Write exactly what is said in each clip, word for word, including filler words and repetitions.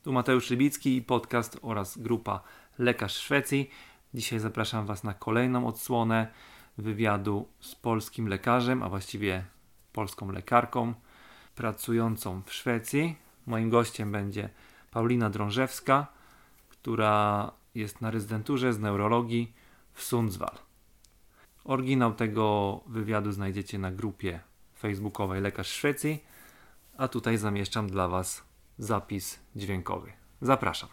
Tu Mateusz Rybicki, podcast oraz grupa Lekarz Szwecji. Dzisiaj zapraszam Was na kolejną odsłonę wywiadu z polskim lekarzem, a właściwie polską lekarką pracującą w Szwecji. Moim gościem będzie Paulina Drążewska, która jest na rezydenturze z neurologii w Sundsvall. Oryginał tego wywiadu znajdziecie na grupie facebookowej Lekarz Szwecji, a tutaj zamieszczam dla Was zapis dźwiękowy. Zapraszam.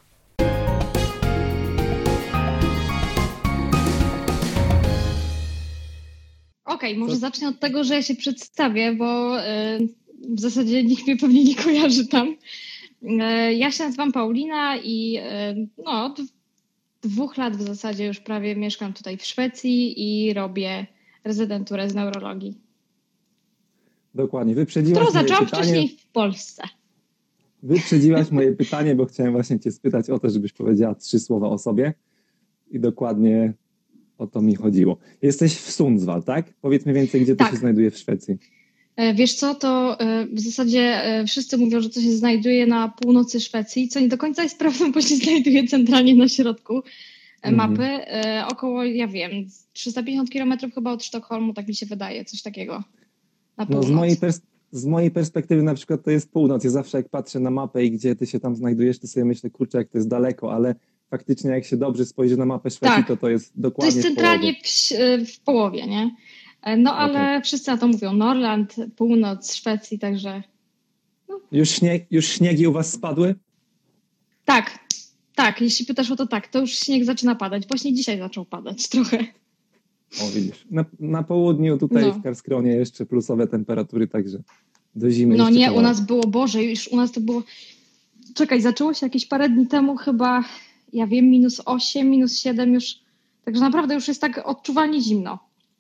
Okej, okay, może Co? zacznę od tego, że ja się przedstawię, bo y, w zasadzie nikt mnie pewnie nie kojarzy tam. Y, ja się nazywam Paulina i y, no, od dwóch lat w zasadzie już prawie mieszkam tutaj w Szwecji i robię rezydenturę z neurologii. Dokładnie, wyprzedziłaś moje pytanie. Którą zaczęłam wcześniej w Polsce. Wyprzedziłaś moje pytanie, bo chciałem właśnie Cię spytać o to, żebyś powiedziała trzy słowa o sobie i dokładnie o to mi chodziło. Jesteś w Sundsvall, tak? Powiedz mi więcej, gdzie to tak. się znajduje w Szwecji. Wiesz co, to w zasadzie wszyscy mówią, że to się znajduje na północy Szwecji, co nie do końca jest prawdą, bo się znajduje centralnie na środku mapy. Mhm. Około, ja wiem, trzysta pięćdziesiąt kilometrów chyba od Sztokholmu, tak mi się wydaje, coś takiego. Na no z mojej, pers- z mojej perspektywy na przykład to jest północ. Ja zawsze jak patrzę na mapę i gdzie ty się tam znajdujesz, to sobie myślę, kurczę, jak to jest daleko, ale faktycznie jak się dobrze spojrzy na mapę Szwecji, tak. to to jest dokładnie to jest centralnie w, w połowie, nie? No ale okay. Wszyscy na to mówią Norrland, północ Szwecji, także... No. Już, śnieg, już śniegi u was spadły? Tak, tak, jeśli pytasz o to tak, to już śnieg zaczyna padać. Właśnie dzisiaj zaczął padać trochę. O widzisz, na, na południu tutaj no. w Karlskronie jeszcze plusowe temperatury, także do zimy No jeszcze nie, kawałek. U nas było, Boże, już u nas to było... Czekaj, zaczęło się jakieś parę dni temu chyba, ja wiem, minus osiem, minus siedem już, także naprawdę już jest tak odczuwalnie zimno.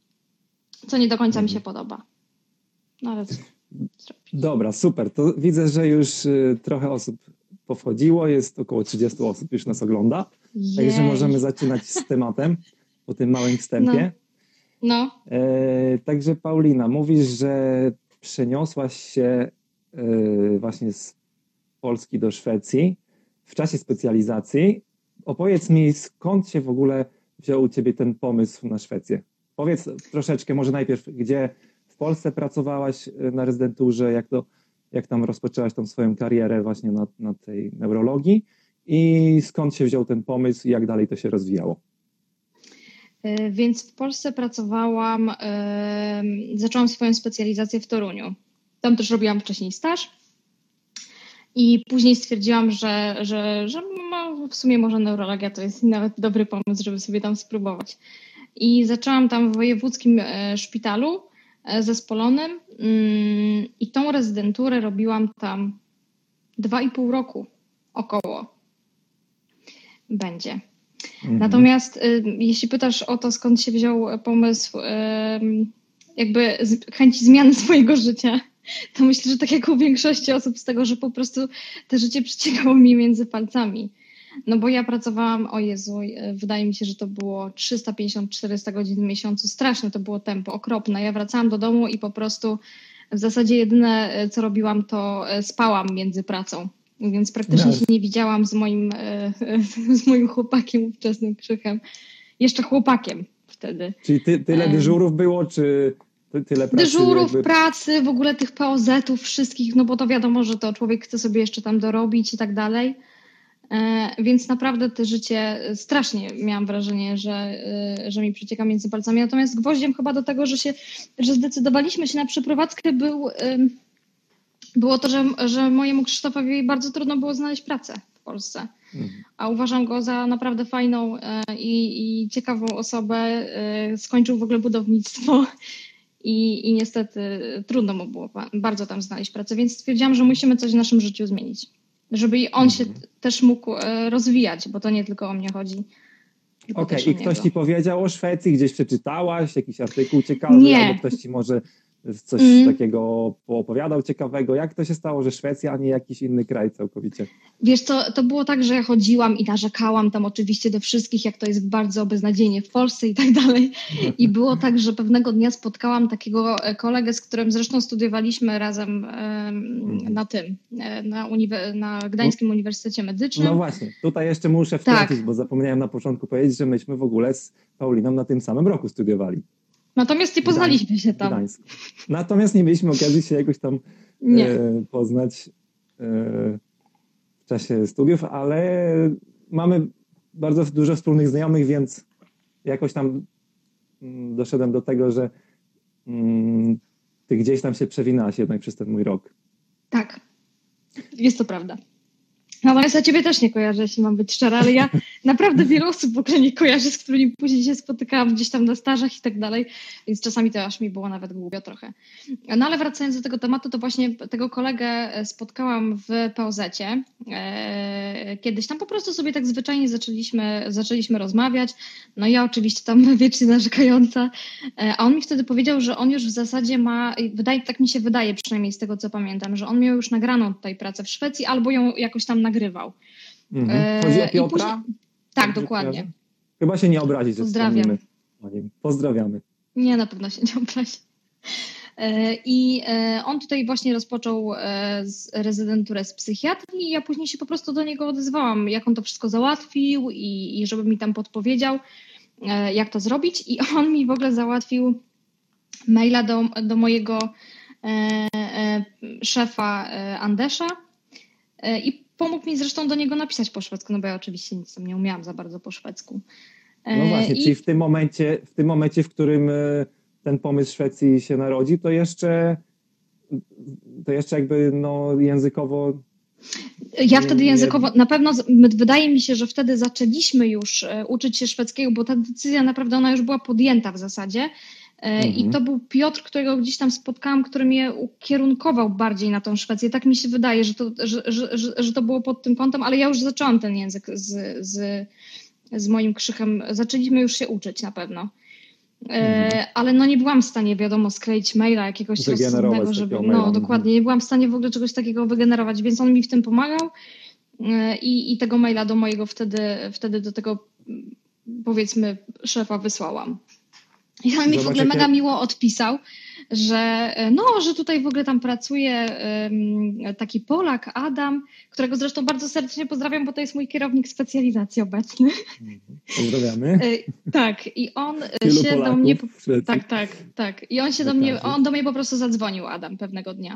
Co nie do końca mhm. mi się podoba. No ale co Dobra, super. To widzę, że już y, trochę osób powchodziło. Jest około trzydzieści osób już nas ogląda. Jej. Także możemy zaczynać z tematem po tym małym wstępie. No. no. E, także Paulina, mówisz, że przeniosłaś się y, właśnie z Polski do Szwecji w czasie specjalizacji. Opowiedz mi, skąd się w ogóle wziął u Ciebie ten pomysł na Szwecję? Powiedz troszeczkę, może najpierw, gdzie w Polsce pracowałaś na rezydenturze, jak, to, jak tam rozpoczęłaś tą swoją karierę właśnie na, na tej neurologii i skąd się wziął ten pomysł i jak dalej to się rozwijało? Więc w Polsce pracowałam, yy, zaczęłam swoją specjalizację w Toruniu. Tam też robiłam wcześniej staż i później stwierdziłam, że, że, że no, w sumie może neurologia to jest nawet dobry pomysł, żeby sobie tam spróbować. I zaczęłam tam w wojewódzkim szpitalu zespolonym i tą rezydenturę robiłam tam dwa i pół roku około będzie. Mhm. Natomiast jeśli pytasz o to, skąd się wziął pomysł jakby chęci zmiany swojego życia, to myślę, że tak jak u większości osób z tego, że po prostu to życie przeciekało mi między palcami. No bo ja pracowałam, o Jezu, wydaje mi się, że to było trzysta pięćdziesiąt do czterystu godzin w miesiącu. Straszne to było tempo, okropne. Ja wracałam do domu i po prostu w zasadzie jedyne, co robiłam, to spałam między pracą. Więc praktycznie no. się nie widziałam z moim, z moim chłopakiem ówczesnym Krzychem. Jeszcze chłopakiem wtedy. Czyli ty, tyle dyżurów było, czy tyle pracy? Dyżurów, jakby... pracy, w ogóle tych P O Z-ów wszystkich, no bo to wiadomo, że to człowiek chce sobie jeszcze tam dorobić i tak dalej. Więc naprawdę to życie strasznie miałam wrażenie, że, że mi przecieka między palcami. Natomiast gwoździem chyba do tego, że się, że zdecydowaliśmy się na przeprowadzkę był, było to, że, że mojemu Krzysztofowi bardzo trudno było znaleźć pracę w Polsce. A uważam go za naprawdę fajną i, i ciekawą osobę. Skończył w ogóle budownictwo i, i niestety trudno mu było bardzo tam znaleźć pracę, więc stwierdziłam, że musimy coś w naszym życiu zmienić. Żeby on się mhm. też mógł rozwijać, bo to nie tylko o mnie chodzi. Okej, okay. I ktoś ci powiedział o Szwecji, gdzieś przeczytałaś, jakiś artykuł ciekawy, nie. albo ktoś ci może coś mm. takiego poopowiadał ciekawego. Jak to się stało, że Szwecja, a nie jakiś inny kraj całkowicie? Wiesz, to, to było tak, że ja chodziłam i narzekałam tam oczywiście do wszystkich, jak to jest bardzo beznadziejnie w Polsce i tak dalej. I było tak, że pewnego dnia spotkałam takiego kolegę, z którym zresztą studiowaliśmy razem um, na tym, na, uniwe- na Gdańskim no, Uniwersytecie Medycznym. No właśnie, tutaj jeszcze muszę wtrącić, tak. bo zapomniałem na początku powiedzieć, że myśmy w ogóle z Pauliną na tym samym roku studiowali. Natomiast nie poznaliśmy się tam. Gdańsk. Natomiast nie mieliśmy okazji się jakoś tam e, poznać e, w czasie studiów, ale mamy bardzo dużo wspólnych znajomych, więc jakoś tam mm, doszedłem do tego, że mm, ty gdzieś tam się przewinałaś jednak przez ten mój rok. Tak, jest to prawda. Natomiast ja ciebie też nie kojarzę, jeśli mam być szczera, ale ja naprawdę wiele osób w ogóle nie kojarzę, z którymi później się spotykałam gdzieś tam na stażach i tak dalej, więc czasami to aż mi było nawet głupio trochę. No ale wracając do tego tematu, to właśnie tego kolegę spotkałam w P O Z-cie. Kiedyś tam po prostu sobie tak zwyczajnie zaczęliśmy, zaczęliśmy rozmawiać, no ja oczywiście tam wiecznie narzekająca, a on mi wtedy powiedział, że on już w zasadzie ma, wydaje, tak mi się wydaje przynajmniej z tego co pamiętam, że on miał już nagraną tutaj pracę w Szwecji albo ją jakoś tam nagrywał. Mhm. Chodzi o Piotra? Później... Tak, tak, dokładnie. Chyba się nie obrazi, że Pozdrawiam. O nim. Pozdrawiamy. Nie, na pewno się nie obrazi. I on tutaj właśnie rozpoczął rezydenturę z psychiatrii i ja później się po prostu do niego odezwałam, jak on to wszystko załatwił i, i żeby mi tam podpowiedział, jak to zrobić. I on mi w ogóle załatwił maila do, do mojego szefa Andesza i pomógł mi zresztą do niego napisać po szwedzku, no bo ja oczywiście nic tam nie umiałam za bardzo po szwedzku. No właśnie, I... czyli w tym momencie, w tym momencie, w którym ten pomysł Szwecji się narodzi, to jeszcze to jeszcze jakby no językowo... Ja wtedy językowo, na pewno wydaje mi się, że wtedy zaczęliśmy już uczyć się szwedzkiego, bo ta decyzja naprawdę ona już była podjęta w zasadzie. Mhm. I to był Piotr, którego gdzieś tam spotkałam, który mnie ukierunkował bardziej na tą Szwecję. Tak mi się wydaje, że to, że, że, że, że to było pod tym kątem, ale ja już zaczęłam ten język z, z, z moim Krzychem. Zaczęliśmy już się uczyć na pewno. Mhm. Ale no nie byłam w stanie, wiadomo, skleić maila jakiegoś rozsądnego, żeby... No dokładnie, nie byłam w stanie w ogóle czegoś takiego wygenerować, więc on mi w tym pomagał i, i tego maila do mojego wtedy, wtedy do tego, powiedzmy, szefa wysłałam. I on mi w ogóle mega miło odpisał, że no, że tutaj w ogóle tam pracuje um, taki Polak, Adam, którego zresztą bardzo serdecznie pozdrawiam, bo to jest mój kierownik specjalizacji obecny. Pozdrawiamy. Tak, i on Tylu się Polaków do mnie... Tak, tak, tak. I on się do mnie, on do mnie po prostu zadzwonił, Adam, pewnego dnia.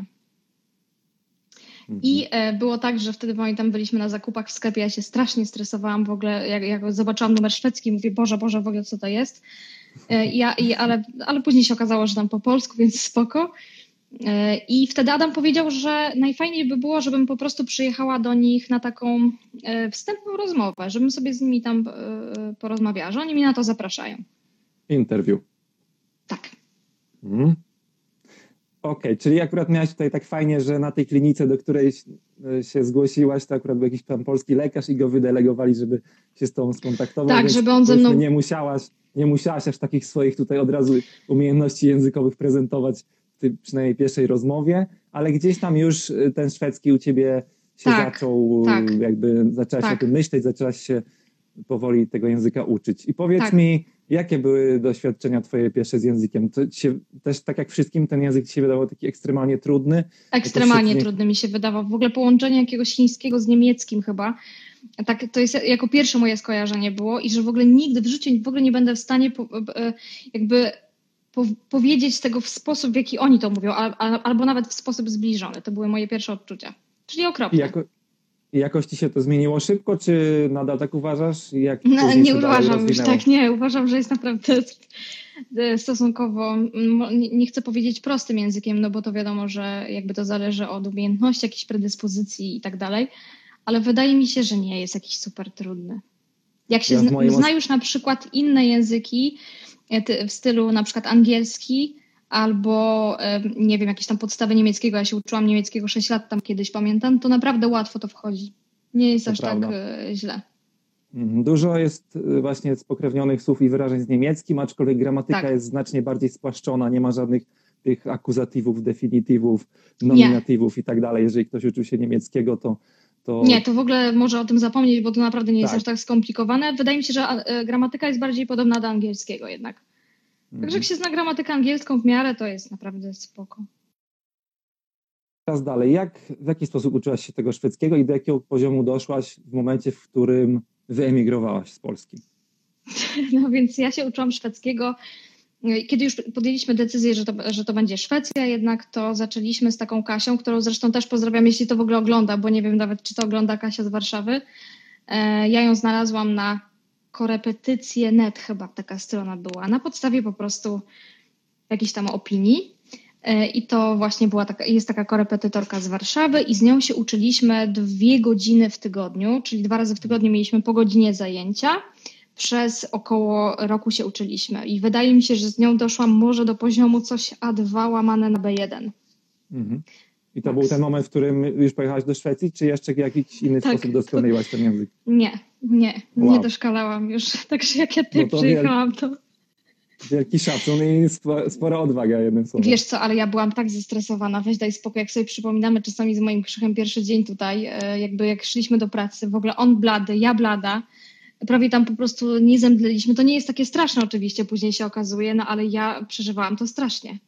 I e, było tak, że wtedy pamiętam, byliśmy na zakupach w sklepie, ja się strasznie stresowałam w ogóle, jak, jak zobaczyłam numer szwedzki, mówię, Boże, Boże, w ogóle co to jest? Ja, i, ale, ale później się okazało, że tam po polsku, więc spoko. I wtedy Adam powiedział, że najfajniej by było, żebym po prostu przyjechała do nich na taką wstępną rozmowę, żebym sobie z nimi tam porozmawiała, że oni mnie na to zapraszają. Interview. Tak. Mhm. Okej, okay, czyli akurat miałaś tutaj tak fajnie, że na tej klinice, do której się zgłosiłaś, to akurat był jakiś tam polski lekarz i go wydelegowali, żeby się z tobą skontaktował. Tak, żeby on ze mną... Nie musiałaś, nie musiałaś aż takich swoich tutaj od razu umiejętności językowych prezentować w tej przynajmniej pierwszej rozmowie, ale gdzieś tam już ten szwedzki u ciebie się tak, zaczął, tak, jakby zaczęłaś tak. o tym myśleć, zaczęłaś się powoli tego języka uczyć. I powiedz tak. mi, jakie były doświadczenia twoje pierwsze z językiem? To ci się, też tak jak wszystkim ten język ci się wydawał taki ekstremalnie trudny? Ekstremalnie się... trudny mi się wydawał. W ogóle połączenie jakiegoś chińskiego z niemieckim chyba. Tak, to jest jako pierwsze moje skojarzenie było i że w ogóle nigdy w życiu w ogóle nie będę w stanie po, jakby po, powiedzieć tego w sposób, w jaki oni to mówią, a, a, albo nawet w sposób zbliżony. To były moje pierwsze odczucia. Czyli okropne. I jako... I jakoś ci się to zmieniło szybko, czy nadal tak uważasz? Jak no, nie uważam już tak, nie. Uważam, że jest naprawdę stosunkowo, nie, nie chcę powiedzieć prostym językiem, no bo to wiadomo, że jakby to zależy od umiejętności, jakichś predyspozycji i tak dalej, ale wydaje mi się, że nie jest jakiś super trudny. Jak się ja zna, moim... zna już na przykład inne języki w stylu na przykład angielski, albo nie wiem, jakieś tam podstawy niemieckiego, ja się uczyłam niemieckiego sześć lat tam kiedyś, pamiętam, to naprawdę łatwo to wchodzi. Nie jest to aż prawda. tak źle. Dużo jest właśnie spokrewnionych słów i wyrażeń z niemieckim, aczkolwiek gramatyka tak. jest znacznie bardziej spłaszczona, nie ma żadnych tych akuzatywów, definitywów, nominatywów i tak dalej. Jeżeli ktoś uczył się niemieckiego, to, to... Nie, to w ogóle może o tym zapomnieć, bo to naprawdę nie jest Tak. aż tak skomplikowane. Wydaje mi się, że e, gramatyka jest bardziej podobna do angielskiego jednak. Także Mhm. jak się zna gramatykę angielską w miarę, to jest naprawdę spoko. Teraz dalej, jak, w jaki sposób uczyłaś się tego szwedzkiego i do jakiego poziomu doszłaś w momencie, w którym wyemigrowałaś z Polski? No więc ja się uczyłam szwedzkiego. Kiedy już podjęliśmy decyzję, że to, że to będzie Szwecja, jednak to zaczęliśmy z taką Kasią, którą zresztą też pozdrawiam, jeśli to w ogóle ogląda, bo nie wiem nawet, czy to ogląda Kasia z Warszawy. Ja ją znalazłam na korepetycje kropka net, chyba taka strona była, na podstawie po prostu jakiejś tam opinii. I to właśnie była taka, jest taka korepetytorka z Warszawy i z nią się uczyliśmy dwie godziny w tygodniu, czyli dwa razy w tygodniu mieliśmy po godzinie zajęcia. Przez około roku się uczyliśmy i wydaje mi się, że z nią doszłam może do poziomu coś A dwa łamane na B jeden. Mhm. I to Max. był ten moment, w którym już pojechałaś do Szwecji, czy jeszcze w jakiś inny Tak, sposób doskonaliłaś ten język? Nie, nie, Wow. nie doszkalałam już. Także jak ja tutaj No to przyjechałam, to... Wielki szacun i spo- spora odwaga, jednym słowem. Wiesz co, ale ja byłam tak zestresowana, weź daj spokój, jak sobie przypominamy czasami z moim Krzychem pierwszy dzień tutaj, jakby jak szliśmy do pracy, w ogóle on blady, ja blada, prawie tam po prostu nie zemdleliśmy. To nie jest takie straszne oczywiście, później się okazuje, no ale ja przeżywałam to strasznie.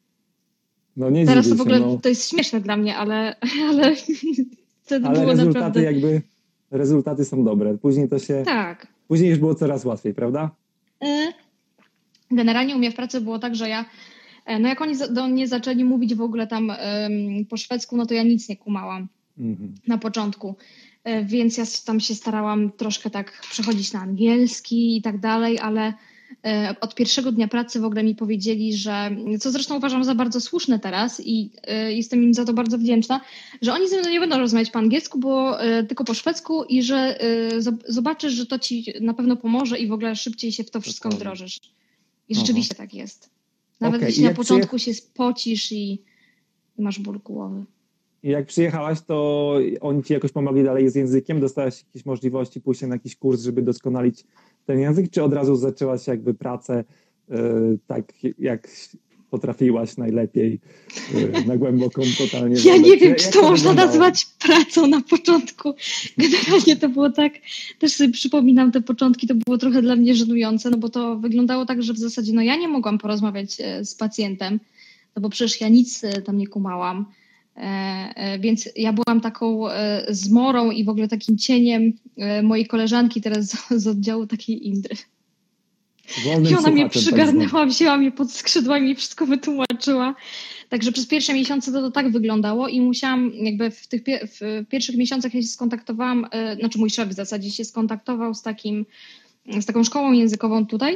No nie Teraz to dziwię w się, ogóle no. to jest śmieszne dla mnie, ale, ale wtedy Ale było rezultaty naprawdę... jakby, rezultaty są dobre. Później to się, Tak. później już było coraz łatwiej, prawda? Generalnie u mnie w pracy było tak, że ja, no jak oni do mnie zaczęli mówić w ogóle tam um, po szwedzku, no to ja nic nie kumałam Mhm. na początku. Więc ja tam się starałam troszkę tak przechodzić na angielski i tak dalej, ale od pierwszego dnia pracy w ogóle mi powiedzieli, że, co zresztą uważam za bardzo słuszne teraz i jestem im za to bardzo wdzięczna, że oni ze mną nie będą rozmawiać po angielsku, bo tylko po szwedzku i że zobaczysz, że to ci na pewno pomoże i w ogóle szybciej się w to wszystko wdrożysz. I rzeczywiście Aha. tak jest. Nawet okay. jeśli na początku przyje... się spocisz i, i masz ból głowy. I jak przyjechałaś, to oni ci jakoś pomogli dalej z językiem? Dostałaś jakieś możliwości pójścia na jakiś kurs, żeby doskonalić ten język? Czy od razu zaczęłaś jakby pracę yy, tak, jak potrafiłaś najlepiej, yy, na głęboką totalnie? Ja nie wiem, czy to, to można nazwać pracą na początku. Generalnie to było tak, też sobie przypominam te początki, to było trochę dla mnie żenujące, no bo to wyglądało tak, że w zasadzie no ja nie mogłam porozmawiać z pacjentem, no bo przecież ja nic tam nie kumałam. Więc ja byłam taką zmorą i w ogóle takim cieniem mojej koleżanki teraz z oddziału takiej Indry. Wolnym I ona mnie tak przygarnęła, wzięła mnie pod skrzydłami i wszystko wytłumaczyła. Także przez pierwsze miesiące to, to tak wyglądało i musiałam jakby w tych pie- w pierwszych miesiącach ja się skontaktowałam, znaczy mój szef w zasadzie się skontaktował z takim, z taką szkołą językową tutaj.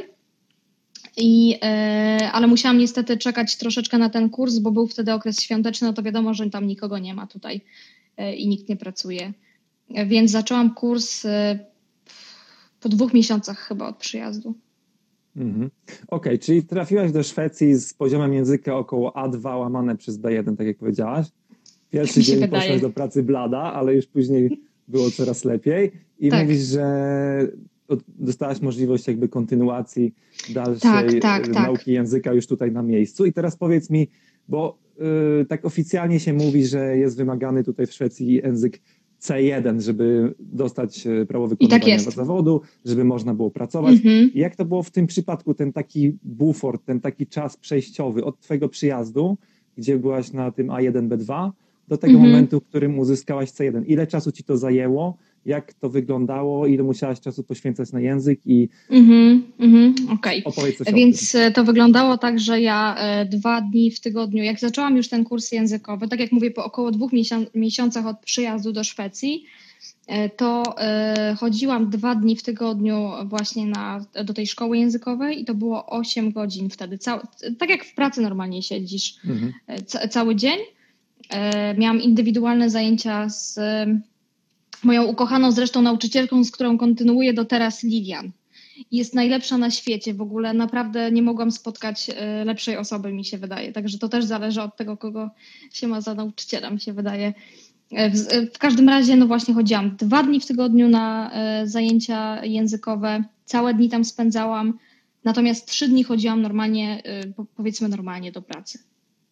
I, e, ale musiałam niestety czekać troszeczkę na ten kurs, bo był wtedy okres świąteczny, no to wiadomo, że tam nikogo nie ma tutaj e, i nikt nie pracuje. E, więc zaczęłam kurs e, po dwóch miesiącach chyba od przyjazdu. Mhm. Okej, okay, czyli trafiłaś do Szwecji z poziomem języka około A dwa łamane przez B jeden, tak jak powiedziałaś. Pierwszy dzień wydaje. Poszłaś do pracy blada, ale już później było coraz lepiej. I tak. Mówisz, że dostałaś możliwość jakby kontynuacji dalszej tak, tak, nauki tak. języka już tutaj na miejscu. I teraz powiedz mi, bo yy, tak oficjalnie się mówi, że jest wymagany tutaj w Szwecji język C jeden, żeby dostać prawo wykonywania tak zawodu, żeby można było pracować. Mm-hmm. Jak to było w tym przypadku, ten taki bufor, ten taki czas przejściowy od twojego przyjazdu, gdzie byłaś na tym A jeden B dwa, do tego mm-hmm. momentu, w którym uzyskałaś C jeden. Ile czasu ci to zajęło? Jak to wyglądało? Ile musiałaś czasu poświęcać na język? I mm-hmm, mm-hmm, okej. Opowiedz coś Więc o tym. To wyglądało tak, że ja e, dwa dni w tygodniu, jak zaczęłam już ten kurs językowy, tak jak mówię, po około dwóch miesią- miesiącach od przyjazdu do Szwecji, e, to e, chodziłam dwa dni w tygodniu właśnie na, do tej szkoły językowej i to było osiem godzin wtedy. Cał, tak jak w pracy normalnie siedzisz mm-hmm. e, ca- cały dzień. E, miałam indywidualne zajęcia z moją ukochaną zresztą nauczycielką, z którą kontynuuję do teraz, Lilian. Jest najlepsza na świecie. W ogóle naprawdę nie mogłam spotkać lepszej osoby, mi się wydaje. Także to też zależy od tego, kogo się ma za nauczyciela, mi się wydaje. W, w każdym razie, no właśnie chodziłam dwa dni w tygodniu na zajęcia językowe. Całe dni tam spędzałam. Natomiast trzy dni chodziłam normalnie, powiedzmy normalnie do pracy.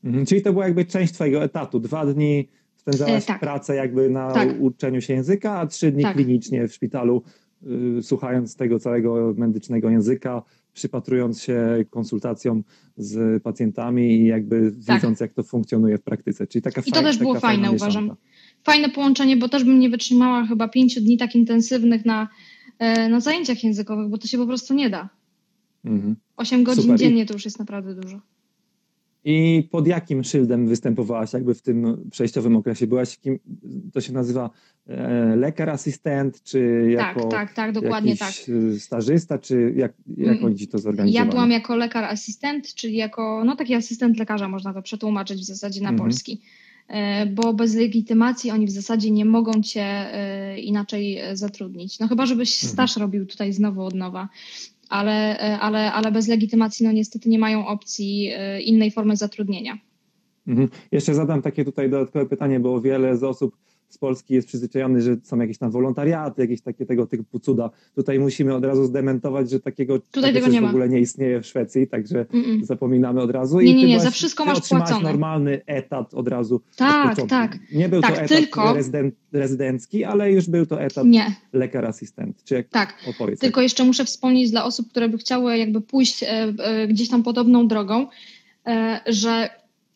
Mhm, czyli to była jakby część twojego etatu. Dwa dni spędzałaś E, tak. pracę jakby na Tak. uczeniu się języka, a trzy dni Tak. klinicznie w szpitalu, y, słuchając tego całego medycznego języka, przypatrując się konsultacjom z pacjentami i jakby Tak. widząc, jak to funkcjonuje w praktyce. Czyli taka I to faj- też było taka fajna fajne, mieszanka. uważam. Fajne połączenie, bo też bym nie wytrzymała chyba pięciu dni tak intensywnych na, e, na zajęciach językowych, bo to się po prostu nie da. Mhm. Osiem godzin Super. I- dziennie to już jest naprawdę dużo. I pod jakim szyldem występowałaś jakby w tym przejściowym okresie? Byłaś kim, to się nazywa e, lekar asystent, czy jako Tak, tak, tak, dokładnie jakiś tak. stażysta, czy jak, jak Mm. oni ci to zorganizowali? Ja byłam jako lekar asystent, czyli jako no taki asystent lekarza, można to przetłumaczyć w zasadzie na Mhm. polski. E, Bo bez legitymacji oni w zasadzie nie mogą cię e, inaczej e, zatrudnić. No chyba, żebyś Mhm. staż robił tutaj znowu od nowa. Ale, e, ale, ale bez legitymacji no niestety nie mają opcji e, innej formy zatrudnienia. Mhm. Jeszcze zadam takie tutaj dodatkowe pytanie, bo wiele z osób z Polski jest przyzwyczajony, że są jakieś tam wolontariaty, jakieś takie tego typu cuda. Tutaj musimy od razu zdementować, że takiego Tutaj tego coś nie w ma. ogóle nie istnieje w Szwecji, także Mm-mm. zapominamy od razu. Nie, I nie, ty nie, byłaś- za wszystko ty masz otrzymałaś płacone. normalny etat od razu. Tak, od początku. tak. Nie był Tak, to etat tylko- rezyden, rezydencki, ale już był to etat Nie, lekar asystent. Czy jak tak. opowiedz? Tylko jeszcze muszę wspomnieć dla osób, które by chciały jakby pójść e, e, gdzieś tam podobną drogą, e, że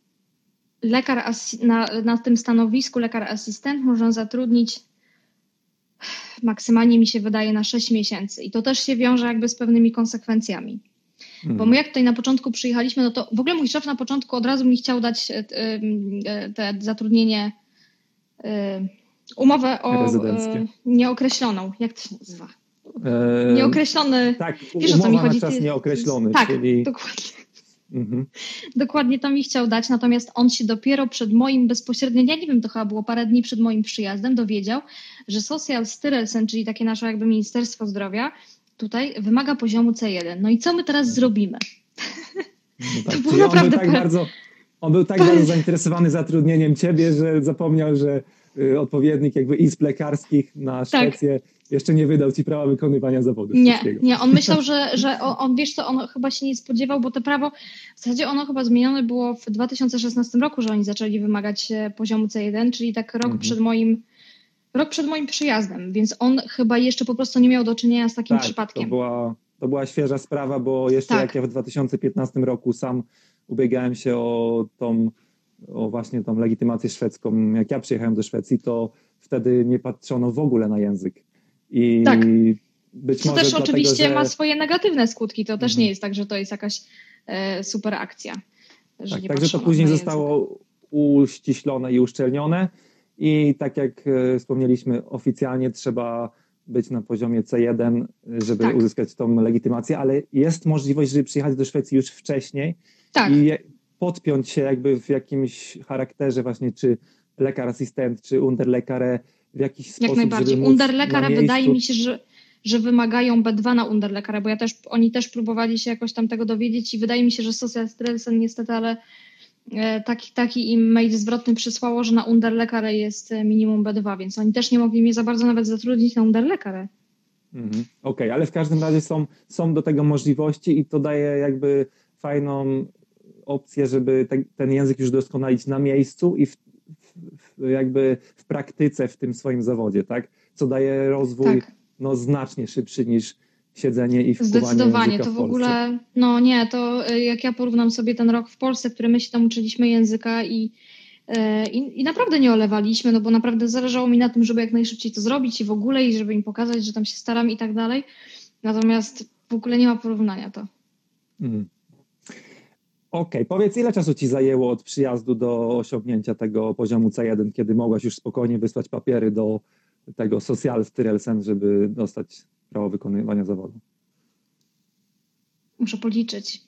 lekar asy- na, na tym stanowisku lekar asystent można zatrudnić maksymalnie mi się wydaje na sześć miesięcy i to też się wiąże jakby z pewnymi konsekwencjami. Mhm. Bo my jak tutaj na początku przyjechaliśmy, no to w ogóle mój szef na początku od razu mi chciał dać e, e, te zatrudnienie, e, umowę o Rezydenckie. e, nieokreśloną, jak to się nazywa? Eee, Nieokreślony. tak, Wiesz, o co mi umowa chodzi? na czas Ty- nieokreślony, Tak, czyli... dokładnie. Mhm. Dokładnie to mi chciał dać, natomiast on się dopiero przed moim bezpośrednio, ja nie wiem, to chyba było parę dni przed moim przyjazdem, dowiedział, że Social Styrelsen, czyli takie nasze jakby Ministerstwo Zdrowia, tutaj wymaga poziomu C jeden. No i co my teraz zrobimy? No tak, To było czyli on był naprawdę tak pe- bardzo, on był tak pe- bardzo zainteresowany zatrudnieniem ciebie, że zapomniał, że y, odpowiednik jakby izb lekarskich na Szwecję jeszcze nie wydał ci prawa wykonywania zawodu Nie, szwedzkiego. nie, on myślał, że, że on, on, wiesz co, on chyba się nie spodziewał, bo to prawo, w zasadzie ono chyba zmienione było w dwa tysiące szesnastym roku, że oni zaczęli wymagać e, poziomu C jeden, czyli tak rok Mhm. przed moim, rok przed moim przyjazdem, więc on chyba jeszcze po prostu nie miał do czynienia z takim Tak, to przypadkiem. była, to była świeża sprawa, bo jeszcze Tak. jak ja w dwa tysiące piętnastym roku sam ubiegałem się o tą, o właśnie tą legitymację szwedzką, jak ja przyjechałem do Szwecji, to wtedy nie patrzono w ogóle na język. I Tak. być Co może też dlatego, oczywiście że... ma swoje negatywne skutki, to też Mhm. nie jest tak, że to jest jakaś e, super akcja. Że Tak, nie także to patrzono później na język. zostało uściślone i uszczelnione i tak jak e, wspomnieliśmy, oficjalnie trzeba być na poziomie C jeden, żeby Tak. uzyskać tą legitymację, ale jest możliwość, żeby przyjechać do Szwecji już wcześniej Tak, i je- podpiąć się jakby w jakimś charakterze właśnie, czy lekar asystent, czy underlekare w jakiś jak sposób, najbardziej. żeby móc Underlekara na wydaje miejscu... mi się, że, że wymagają B dwa na underlekara, bo ja też, oni też próbowali się jakoś tam tego dowiedzieć i wydaje mi się, że Social Styrelsen niestety, ale e, taki, taki im mail zwrotny przysłało, że na underlekarę jest e, minimum B dwa, więc oni też nie mogli mnie za bardzo nawet zatrudnić na underlekarę. Mhm. Okej, ale w każdym razie są, są do tego możliwości i to daje jakby fajną opcję, żeby te, ten język już doskonalić na miejscu i w, w, jakby w praktyce w tym swoim zawodzie, tak? Co daje rozwój Tak. no, znacznie szybszy niż siedzenie i wpływanie Zdecydowanie, języka to w w Polsce. ogóle, no nie, to y, jak ja porównam sobie ten rok w Polsce, który my się tam uczyliśmy języka i, y, i, i naprawdę nie olewaliśmy, no bo naprawdę zależało mi na tym, żeby jak najszybciej to zrobić i w ogóle i żeby im pokazać, że tam się staram i tak dalej. Natomiast w ogóle nie ma porównania to. Mm. Okej, powiedz, ile czasu ci zajęło od przyjazdu do osiągnięcia tego poziomu C jeden, kiedy mogłaś już spokojnie wysłać papiery do tego Social Styrelsen, żeby dostać prawo wykonywania zawodu? Muszę policzyć.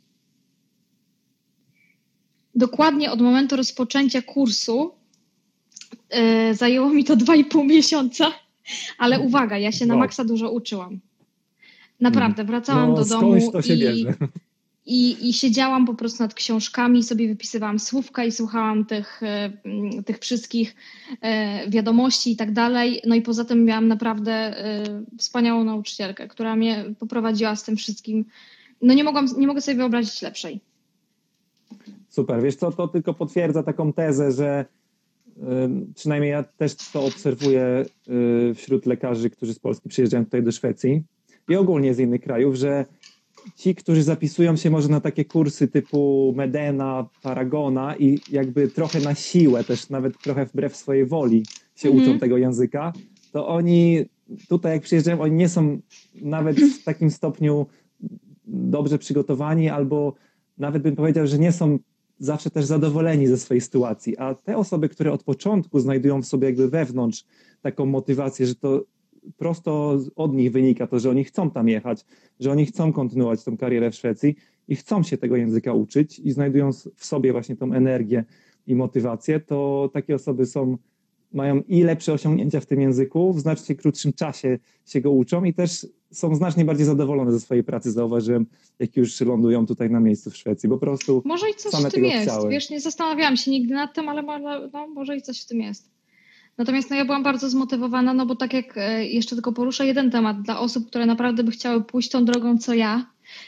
Dokładnie od momentu rozpoczęcia kursu yy, zajęło mi to dwa i pół miesiąca, ale uwaga, ja się na Wow. maksa dużo uczyłam. Naprawdę, wracałam No, do skądś domu to się i, bierze? i, i siedziałam po prostu nad książkami, sobie wypisywałam słówka i słuchałam tych, yy, tych wszystkich yy, wiadomości i tak dalej. No i poza tym miałam naprawdę yy, wspaniałą nauczycielkę, która mnie poprowadziła z tym wszystkim. No nie mogłam, nie mogę sobie wyobrazić lepszej. Super, wiesz co, to tylko potwierdza taką tezę, że y, przynajmniej ja też to obserwuję y, wśród lekarzy, którzy z Polski przyjeżdżają tutaj do Szwecji i ogólnie z innych krajów, że ci, którzy zapisują się może na takie kursy typu Medena, Paragona i jakby trochę na siłę, też nawet trochę wbrew swojej woli się mm-hmm. uczą tego języka, to oni tutaj jak przyjeżdżają, oni nie są nawet w takim stopniu dobrze przygotowani albo nawet bym powiedział, że nie są zawsze też zadowoleni ze swojej sytuacji, a te osoby, które od początku znajdują w sobie jakby wewnątrz taką motywację, że to prosto od nich wynika to, że oni chcą tam jechać, że oni chcą kontynuować tą karierę w Szwecji i chcą się tego języka uczyć i znajdują w sobie właśnie tą energię i motywację, to takie osoby są, mają i lepsze osiągnięcia w tym języku, w znacznie krótszym czasie się go uczą i też są znacznie bardziej zadowolone ze swojej pracy, zauważyłem, jak już lądują tutaj na miejscu w Szwecji, bo po prostu może i coś same w tym tego jest, chciały. Wiesz, nie zastanawiałam się nigdy nad tym, ale no, może i coś w tym jest. Natomiast no, ja byłam bardzo zmotywowana, no bo tak jak jeszcze tylko poruszę jeden temat dla osób, które naprawdę by chciały pójść tą drogą, co ja,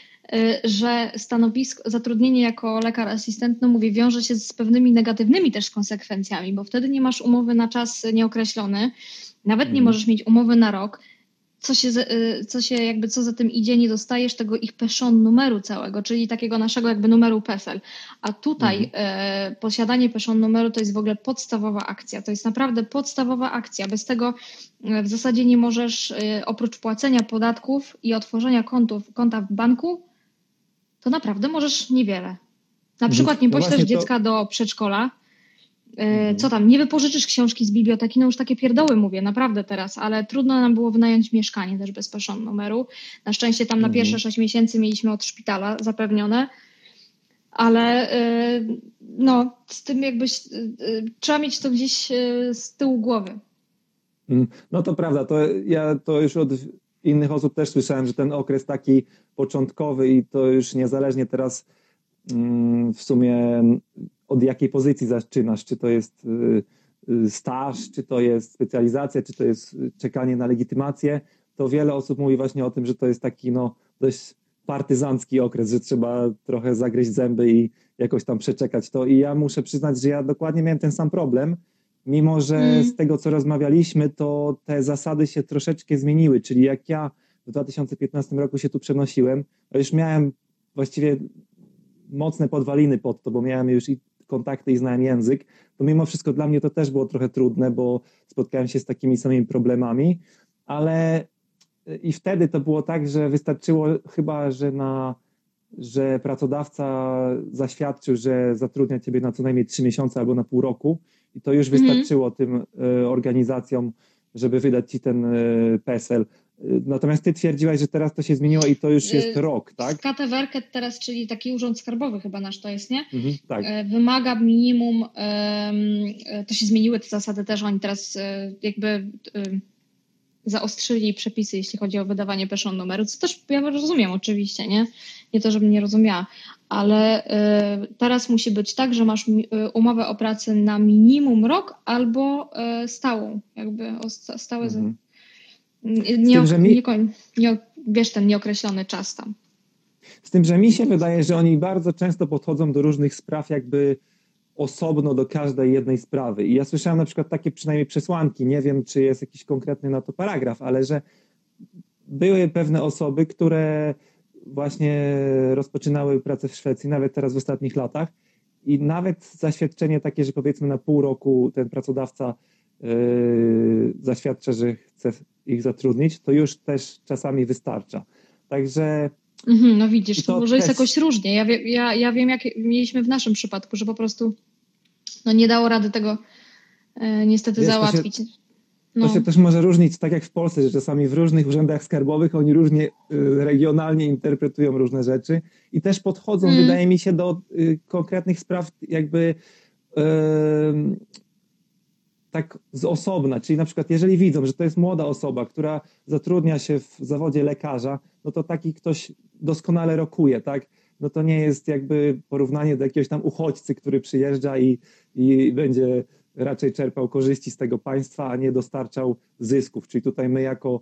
że stanowisko, zatrudnienie jako lekar asystent, no mówię, wiąże się z pewnymi negatywnymi też konsekwencjami, bo wtedy nie masz umowy na czas nieokreślony, nawet nie możesz mieć umowy na rok, co się, co się jakby, co za tym idzie, nie dostajesz tego ich PESZON numeru całego, czyli takiego naszego jakby numeru PESEL. A tutaj mhm. e, posiadanie PESZON numeru to jest w ogóle podstawowa akcja. To jest naprawdę podstawowa akcja. Bez tego e, w zasadzie nie możesz, e, oprócz płacenia podatków i otworzenia kontów, konta w banku, to naprawdę możesz niewiele. Na przykład nie poślesz no dziecka to... do przedszkola, co tam, nie wypożyczysz książki z biblioteki, no już takie pierdoły mówię, naprawdę teraz, ale trudno nam było wynająć mieszkanie też bez PESZON numeru. Na szczęście tam na pierwsze sześć miesięcy mieliśmy od szpitala zapewnione, ale no z tym jakbyś, trzeba mieć to gdzieś z tyłu głowy. No to prawda, to ja to już od innych osób też słyszałem, że ten okres taki początkowy i to już niezależnie teraz w sumie od jakiej pozycji zaczynasz, czy to jest staż, czy to jest specjalizacja, czy to jest czekanie na legitymację, to wiele osób mówi właśnie o tym, że to jest taki no dość partyzancki okres, że trzeba trochę zagryźć zęby i jakoś tam przeczekać to i ja muszę przyznać, że ja dokładnie miałem ten sam problem, mimo że mm. z tego co rozmawialiśmy, to te zasady się troszeczkę zmieniły, czyli jak ja w dwa tysiące piętnastym roku się tu przenosiłem, to już miałem właściwie mocne podwaliny pod to, bo miałem już i kontakty i znałem język, to mimo wszystko dla mnie to też było trochę trudne, bo spotkałem się z takimi samymi problemami, ale i wtedy to było tak, że wystarczyło chyba, że na, że pracodawca zaświadczył, że zatrudnia ciebie na co najmniej trzy miesiące albo na pół roku i to już wystarczyło mm. tym y, organizacjom, żeby wydać ci ten y, PESEL. Natomiast ty twierdziłaś, że teraz to się zmieniło i to już jest rok, tak? Skatewerket teraz, czyli taki urząd skarbowy chyba nasz to jest, nie? Mhm, tak. Wymaga minimum, to się zmieniły te zasady też, oni teraz jakby zaostrzyli przepisy, jeśli chodzi o wydawanie PESZON numeru, co też ja rozumiem oczywiście, nie? Nie to, żebym nie rozumiała, ale teraz musi być tak, że masz umowę o pracę na minimum rok albo stałą, jakby stałe... Mhm. Nie, tym, mi... nie, nie, wiesz, ten nieokreślony czas tam. Z tym, że mi się wydaje, że oni bardzo często podchodzą do różnych spraw jakby osobno do każdej jednej sprawy. I ja słyszałem na przykład takie przynajmniej przesłanki, nie wiem, czy jest jakiś konkretny na to paragraf, ale że były pewne osoby, które właśnie rozpoczynały pracę w Szwecji, nawet teraz w ostatnich latach i nawet zaświadczenie takie, że powiedzmy na pół roku ten pracodawca Yy, zaświadcza, że chce ich zatrudnić, to już też czasami wystarcza. Także... Mhm, no widzisz, to może też... jest jakoś różnie. Ja, wie, ja, ja wiem, jak mieliśmy w naszym przypadku, że po prostu no, nie dało rady tego e, niestety Wiesz, załatwić. To się, no. to się też może różnić, tak jak w Polsce, że czasami w różnych urzędach skarbowych oni różnie y, regionalnie interpretują różne rzeczy i też podchodzą, mm. wydaje mi się, do y, konkretnych spraw jakby y, tak z osobna, czyli na przykład jeżeli widzą, że to jest młoda osoba, która zatrudnia się w zawodzie lekarza, no to taki ktoś doskonale rokuje, tak? No to nie jest jakby porównanie do jakiegoś tam uchodźcy, który przyjeżdża i, i będzie raczej czerpał korzyści z tego państwa, a nie dostarczał zysków. Czyli tutaj my jako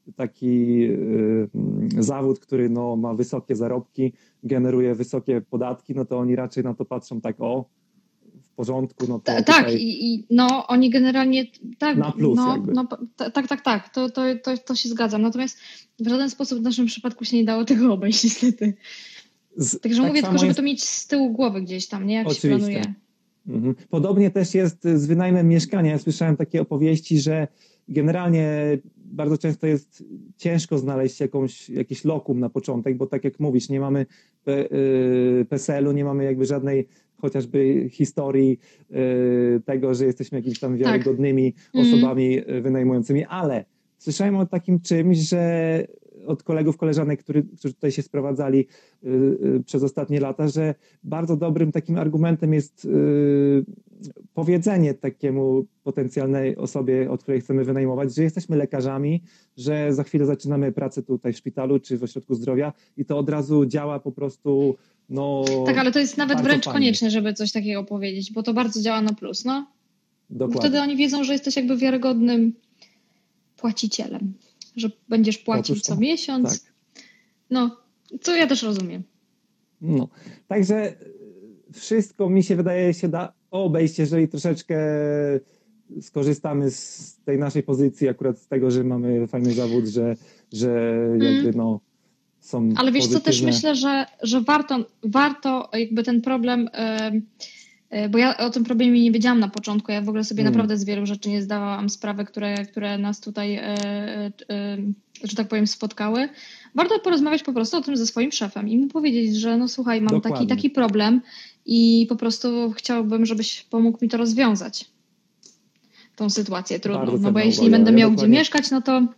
taki y, zawód, który no, ma wysokie zarobki, generuje wysokie podatki, no to oni raczej na to patrzą tak, o, w porządku, no to Ta, tutaj tak, i, i no oni generalnie tak, na plus no, jakby. no ta- tak, tak, tak, to, to, to, to się zgadzam. Natomiast w żaden sposób w naszym przypadku się nie dało tego obejść niestety. Z, Także tak mówię samo tylko, żeby jest- to mieć z tyłu głowy gdzieś tam, nie? Jak Oczywiście. się planuje. Mhm. Podobnie też jest z wynajmem mieszkania. Ja słyszałem takie opowieści, że generalnie bardzo często jest ciężko znaleźć jakąś, jakiś lokum na początek, bo tak jak mówisz, nie mamy P- y, P S L u, nie mamy jakby żadnej chociażby historii y, tego, że jesteśmy jakimiś tam wiarygodnymi Mhm. osobami y, wynajmującymi, ale słyszałem o takim czymś, że od kolegów, koleżanek, który, którzy tutaj się sprowadzali y, y, przez ostatnie lata, że bardzo dobrym takim argumentem jest y, powiedzenie takiemu potencjalnej osobie, od której chcemy wynajmować, że jesteśmy lekarzami, że za chwilę zaczynamy pracę tutaj w szpitalu czy w ośrodku zdrowia i to od razu działa po prostu, no... Tak, ale to jest nawet bardzo wręcz fajnie. konieczne, żeby coś takiego powiedzieć, bo to bardzo działa na plus, no. Bo Dokładnie. wtedy oni wiedzą, że jesteś jakby wiarygodnym płacicielem, że będziesz płacił Otóż to. co miesiąc. Tak. No, co ja też rozumiem. No, także wszystko mi się wydaje się da obejść, jeżeli troszeczkę skorzystamy z tej naszej pozycji, akurat z tego, że mamy fajny zawód, że, że jakby no są Ale wiesz co, też pozytywne- myślę, że, że warto, warto jakby ten problem, em, e, bo ja o tym problemie nie wiedziałam na początku, ja w ogóle sobie Mm. naprawdę z wielu rzeczy nie zdawałam sprawy, które, które nas tutaj, e, e, e, że tak powiem, spotkały. Warto porozmawiać po prostu o tym ze swoim szefem i mu powiedzieć, że no słuchaj, mam taki Dokładnie. taki problem i po prostu chciałbym, żebyś pomógł mi to rozwiązać. Tą sytuację trudną. Bardzo No bo cenna jeśli uwaga. będę Ja miał gdzie dokładnie- mieszkać, no to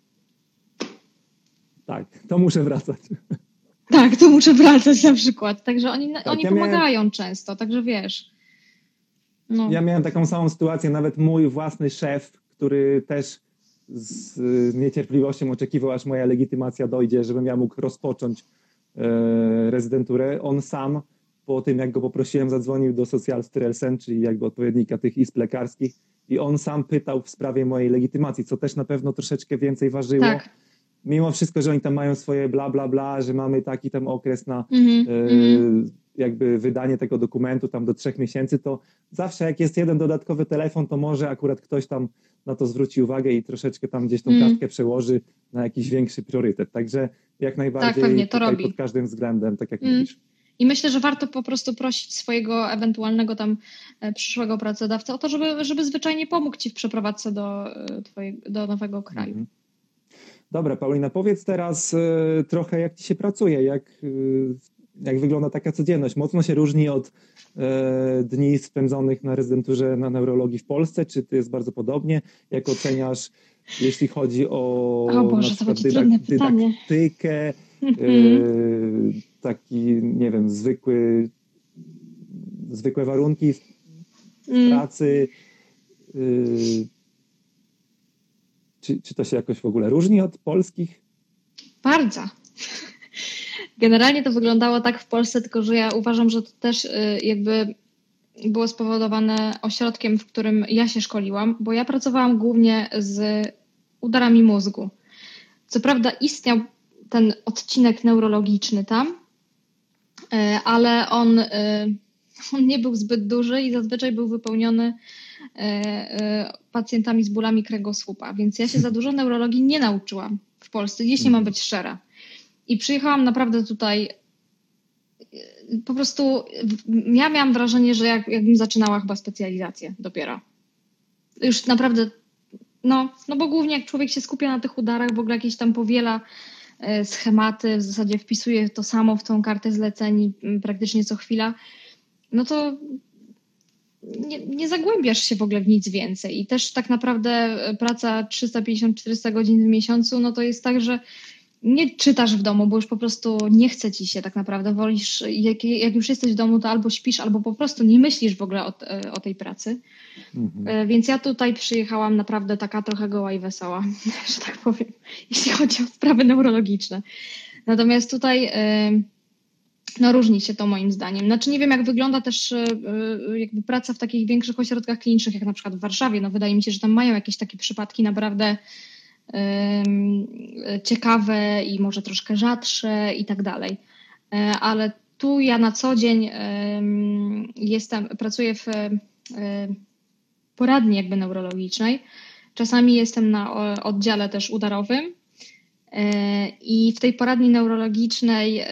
Tak, to muszę wracać. tak, to muszę wracać na przykład. Także oni, Tak, oni ja miałem- pomagają często, także wiesz. No. Ja miałem taką samą sytuację, nawet mój własny szef, który też z y, niecierpliwością oczekiwał, aż moja legitymacja dojdzie, żebym ja mógł rozpocząć e, rezydenturę. On sam, po tym jak go poprosiłem, zadzwonił do Social Styrelsen, czyli jakby odpowiednika tych izb lekarskich i on sam pytał w sprawie mojej legitymacji, co też na pewno troszeczkę więcej ważyło. Tak. Mimo wszystko, że oni tam mają swoje bla, bla, bla, że mamy taki tam okres na Mhm, e, mhm. jakby wydanie tego dokumentu tam do trzech miesięcy, to zawsze jak jest jeden dodatkowy telefon, to może akurat ktoś tam na to zwróci uwagę i troszeczkę tam gdzieś tą Mm. kartkę przełoży na jakiś większy priorytet. Także jak najbardziej pewnie, to tutaj robi. pod każdym względem, tak jak Mm. mówisz. I myślę, że warto po prostu prosić swojego ewentualnego tam e, przyszłego pracodawcę o to, żeby, żeby zwyczajnie pomógł ci w przeprowadzce do, e, twojego, do nowego kraju. Mhm. Dobra, Paulina, powiedz teraz e, trochę, jak ci się pracuje, jak, e, jak wygląda taka codzienność. Mocno się różni od e, dni spędzonych na rezydenturze na neurologii w Polsce, czy to jest bardzo podobnie? Jak oceniasz, jeśli chodzi o, O Boże, na to przykład będzie trudne pytanie. dydaktykę, e, Mhm. taki, nie wiem, zwykły, zwykłe warunki Mm. pracy, y, czy, czy to się jakoś w ogóle różni od polskich? Bardzo. Generalnie to wyglądało tak w Polsce, tylko że ja uważam, że to też y, jakby było spowodowane ośrodkiem, w którym ja się szkoliłam, bo ja pracowałam głównie z udarami mózgu. Co prawda istniał ten odcinek neurologiczny tam, y, ale on, y, on nie był zbyt duży i zazwyczaj był wypełniony y, y, pacjentami z bólami kręgosłupa, więc ja się za dużo neurologii nie nauczyłam w Polsce, jeśli mam być szczera. I przyjechałam naprawdę tutaj, po prostu ja miałam wrażenie, że jak, jakbym zaczynała chyba specjalizację dopiero. Już naprawdę, no, no bo głównie jak człowiek się skupia na tych udarach, w ogóle jakieś tam powiela e, schematy, w zasadzie wpisuje to samo w tą kartę zleceń m, praktycznie co chwila, no to nie, nie zagłębiasz się w ogóle w nic więcej. I też tak naprawdę praca trzysta pięćdziesiąt czterysta godzin w miesiącu, no to jest tak, że nie czytasz w domu, bo już po prostu nie chce ci się tak naprawdę. Wolisz, jak, jak już jesteś w domu, to albo śpisz, albo po prostu nie myślisz w ogóle o, o tej pracy. Mhm. Więc ja tutaj przyjechałam naprawdę taka trochę goła i wesoła, że tak powiem, jeśli chodzi o sprawy neurologiczne. Natomiast tutaj no różni się to moim zdaniem. Znaczy nie wiem, jak wygląda też jakby praca w takich większych ośrodkach klinicznych, jak na przykład w Warszawie. No wydaje mi się, że tam mają jakieś takie przypadki naprawdę ciekawe i może troszkę rzadsze i tak dalej. Ale tu ja na co dzień jestem, pracuję w poradni jakby neurologicznej. Czasami jestem na oddziale też udarowym i w tej poradni neurologicznej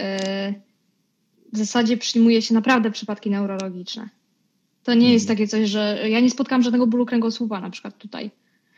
w zasadzie przyjmuje się naprawdę przypadki neurologiczne. To nie jest takie coś, że ja nie spotkałam żadnego bólu kręgosłupa na przykład tutaj.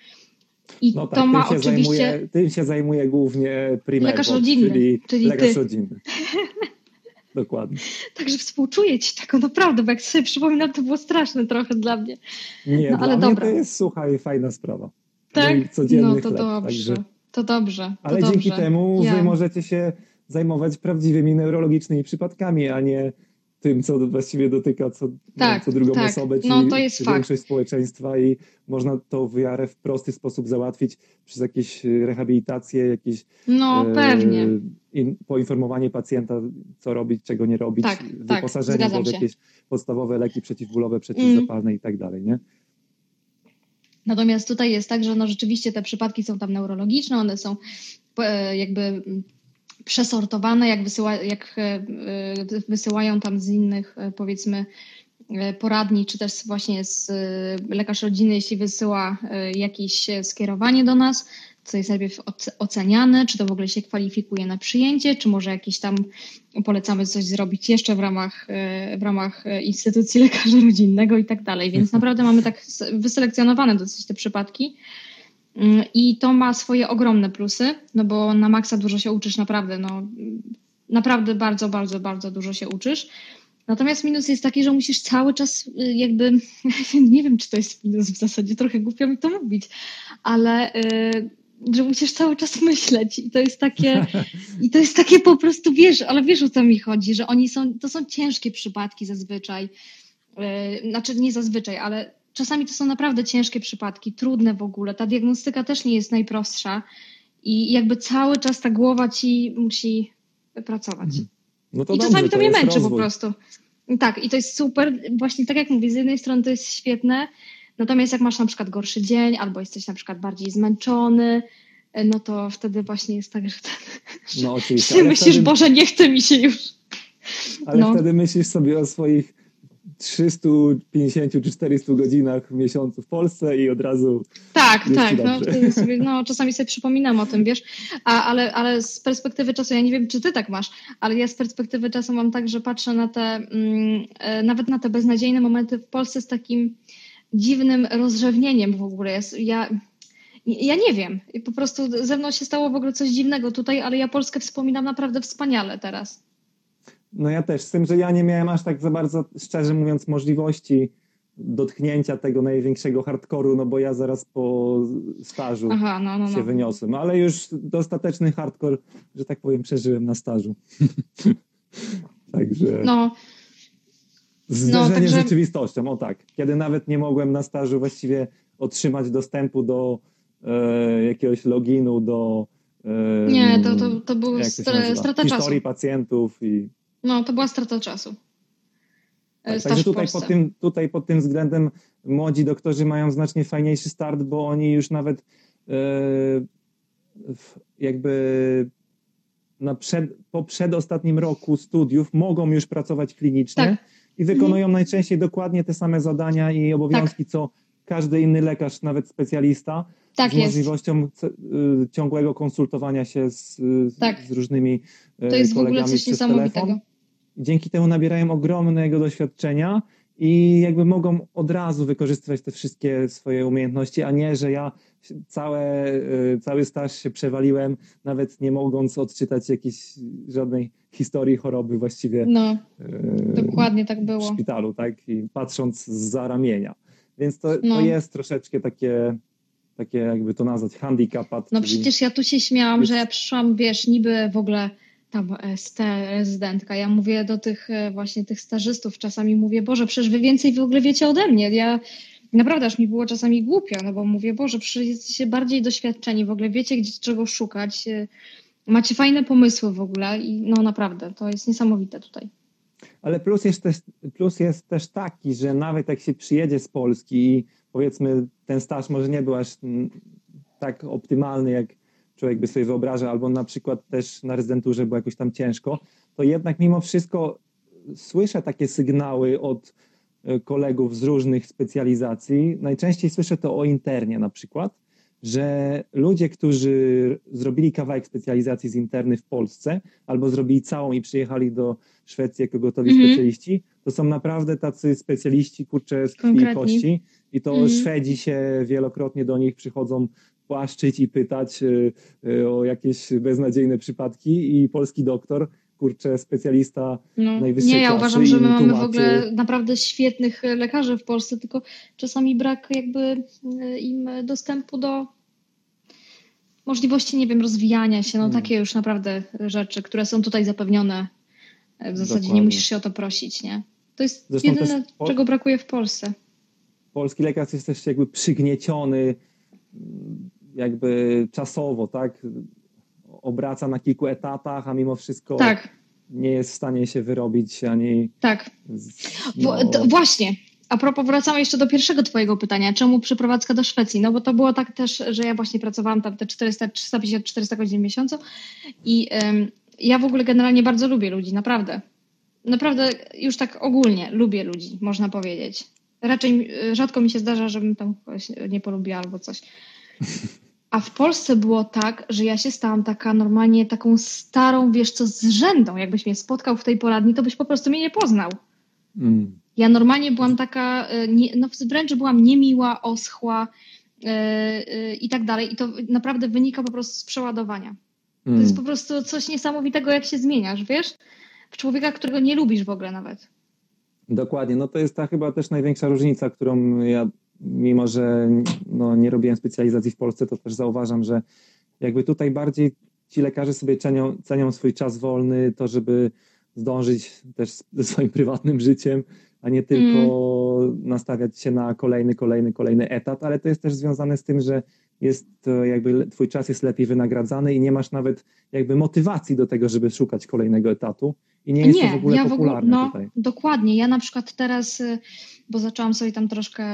I no tak, to ma tym się oczywiście... Zajmuje, tym się zajmuje głównie primerbok, lekarz rodzinny, czyli, czyli lekarz ty. rodzinny. Dokładnie. Także współczuję ci tego naprawdę, bo jak sobie przypominam, to było straszne trochę dla mnie. Nie, no, dla ale mnie dobra. to jest, słuchaj, fajna sprawa. Tak? Mój codzienny No to chleb, dobrze, także... to dobrze. To Ale dobrze. dzięki temu ja... wy możecie się zajmować prawdziwymi neurologicznymi przypadkami, a nie tym, co właściwie dotyka co, tak, co drugą tak. osobę, czy, no, to jest czy fakt. większość społeczeństwa i można to w miarę w prosty sposób załatwić przez jakieś rehabilitacje, jakieś no, pewnie. E, in, poinformowanie pacjenta, co robić, czego nie robić, tak, wyposażenie tak, w jakieś podstawowe leki przeciwbólowe, przeciwzapalne mm. i tak dalej, nie? Natomiast tutaj jest tak, że no rzeczywiście te przypadki są tam neurologiczne, one są jakby przesortowane, jak, wysyła, jak wysyłają tam z innych, powiedzmy, poradni, czy też właśnie z lekarz rodziny, jeśli wysyła jakieś skierowanie do nas, co jest najpierw oceniane, czy to w ogóle się kwalifikuje na przyjęcie, czy może jakieś tam polecamy coś zrobić jeszcze w ramach, w ramach instytucji lekarza rodzinnego i tak dalej. Więc naprawdę mamy tak wyselekcjonowane dosyć te przypadki. I to ma swoje ogromne plusy, no bo na maksa dużo się uczysz, naprawdę, no naprawdę bardzo, bardzo, bardzo dużo się uczysz. Natomiast minus jest taki, że musisz cały czas jakby, nie wiem, czy to jest minus w zasadzie, trochę głupio mi to mówić, ale że musisz cały czas myśleć i to jest takie, i to jest takie po prostu, wiesz, ale wiesz, o co mi chodzi, że oni są, to są ciężkie przypadki zazwyczaj, znaczy nie zazwyczaj, ale czasami to są naprawdę ciężkie przypadki, trudne w ogóle. Ta diagnostyka też nie jest najprostsza i jakby cały czas ta głowa ci musi pracować. No to I dobrze, czasami to, to mnie męczy rozwój. po prostu. Tak, i to jest super. Właśnie tak jak mówię, z jednej strony to jest świetne, natomiast jak masz na przykład gorszy dzień albo jesteś na przykład bardziej zmęczony, no to wtedy właśnie jest tak, że, ten, no, oczywiście, ty myślisz, wtedy... Boże, nie chce mi się już. Ale no. wtedy myślisz sobie o swoich trzysta pięćdziesiąt czy czterysta godzinach w miesiącu w Polsce i od razu tak, jest tak, ci no, dobrze. sobie, no czasami sobie przypominam o tym, wiesz, A, ale, ale z perspektywy czasu, ja nie wiem, czy ty tak masz, ale ja z perspektywy czasu mam tak, że patrzę na te, mm, nawet na te beznadziejne momenty w Polsce z takim dziwnym rozrzewnieniem w ogóle. Ja, ja nie wiem, po prostu ze mną się stało w ogóle coś dziwnego tutaj, ale ja Polskę wspominam naprawdę wspaniale teraz. No ja też, z tym, że ja nie miałem aż tak za bardzo, szczerze mówiąc, możliwości dotknięcia tego największego hardkoru, no bo ja zaraz po stażu Aha, no, no, no. się wyniosłem, ale już dostateczny hardcore, że tak powiem, przeżyłem na stażu. Także no. zderzenie no, także... z rzeczywistością, o tak. Kiedy nawet nie mogłem na stażu właściwie otrzymać dostępu do e, jakiegoś loginu, do e, nie, to, to, to był to stra- strata historii czasu. pacjentów i no, to była strata czasu. Tak, także tutaj pod, tym, tutaj pod tym względem młodzi doktorzy mają znacznie fajniejszy start, bo oni już nawet e, jakby na przed, po przedostatnim roku studiów mogą już pracować klinicznie tak. i wykonują mhm. najczęściej dokładnie te same zadania i obowiązki, tak. co każdy inny lekarz, nawet specjalista, tak z możliwością y, ciągłego konsultowania się z, tak. z różnymi y, to jest kolegami w ogóle coś przez telefon. Dzięki temu nabierają ogromnego doświadczenia i jakby mogą od razu wykorzystywać te wszystkie swoje umiejętności, a nie, że ja całe, cały staż się przewaliłem, nawet nie mogąc odczytać jakiejś żadnej historii choroby właściwie. No, dokładnie tak było. W szpitalu, tak? I patrząc zza ramienia. Więc to, no. to jest troszeczkę takie, takie jakby to nazwać, handicapat. No czyli... przecież ja tu się śmiałam, jest... że ja przyszłam, wiesz, niby w ogóle tam rezydentka. Ja mówię do tych właśnie tych stażystów, czasami mówię, Boże, przecież wy więcej w ogóle wiecie ode mnie. Ja naprawdę aż mi było czasami głupio, no bo mówię, Boże, przecież jesteście bardziej doświadczeni, w ogóle wiecie, gdzie czego szukać. Macie fajne pomysły w ogóle i no naprawdę, to jest niesamowite tutaj. Ale plus jest też, plus jest też taki, że nawet jak się przyjedzie z Polski i powiedzmy ten staż może nie był aż tak optymalny, jak człowiek by sobie wyobrażał, albo na przykład też na rezydenturze było jakoś tam ciężko, to jednak mimo wszystko słyszę takie sygnały od kolegów z różnych specjalizacji. Najczęściej słyszę to o internie na przykład, że ludzie, którzy zrobili kawałek specjalizacji z interny w Polsce albo zrobili całą i przyjechali do Szwecji jako gotowi mm-hmm. specjaliści, to są naprawdę tacy specjaliści, kurczę, z krwi i kości. I to mm-hmm. Szwedzi się wielokrotnie do nich przychodzą płaszczyć i pytać y, y, o jakieś beznadziejne przypadki i polski doktor, kurczę, specjalista no, najwyższej Nie, ja klasy uważam, że my mamy tłumaczy... w ogóle naprawdę świetnych lekarzy w Polsce, tylko czasami brak jakby im dostępu do możliwości, nie wiem, rozwijania się, no hmm. takie już naprawdę rzeczy, które są tutaj zapewnione. W zasadzie Dokładnie. Nie musisz się o to prosić, nie? To jest Zresztą jedyne, po... czego brakuje w Polsce. Polski lekarz jest też jakby przygnieciony jakby czasowo, tak? Obraca na kilku etatach, a mimo wszystko tak. nie jest w stanie się wyrobić ani... Tak. No... To, właśnie. A propos, wracamy jeszcze do pierwszego twojego pytania. Czemu przeprowadzka do Szwecji? No bo to było tak też, że ja właśnie pracowałam tam te czterysta, trzysta pięćdziesiąt czterysta godzin w miesiącu i ym, ja w ogóle generalnie bardzo lubię ludzi, naprawdę. Naprawdę już tak ogólnie lubię ludzi, można powiedzieć. Raczej rzadko mi się zdarza, żebym tam kogoś nie polubiła albo coś. A w Polsce było tak, że ja się stałam taka normalnie taką starą, wiesz co, zrzędą. Jakbyś mnie spotkał w tej poradni, to byś po prostu mnie nie poznał. Mm. Ja normalnie byłam taka, nie, no wręcz byłam niemiła, oschła yy, yy, i tak dalej. I to naprawdę wynika po prostu z przeładowania. Mm. To jest po prostu coś niesamowitego, jak się zmieniasz, wiesz? W człowieka, którego nie lubisz w ogóle nawet. Dokładnie. No to jest ta chyba też największa różnica, którą ja, mimo że no, nie robiłem specjalizacji w Polsce, to też zauważam, że jakby tutaj bardziej ci lekarze sobie cenią, cenią swój czas wolny, to żeby zdążyć też ze swoim prywatnym życiem, a nie tylko mm. nastawiać się na kolejny, kolejny, kolejny etat, ale to jest też związane z tym, że jest jakby twój czas jest lepiej wynagradzany i nie masz nawet jakby motywacji do tego, żeby szukać kolejnego etatu i nie jest nie, to w ogóle ja popularne w ogóle, no, tutaj. Dokładnie. Ja na przykład teraz, bo zaczęłam sobie tam troszkę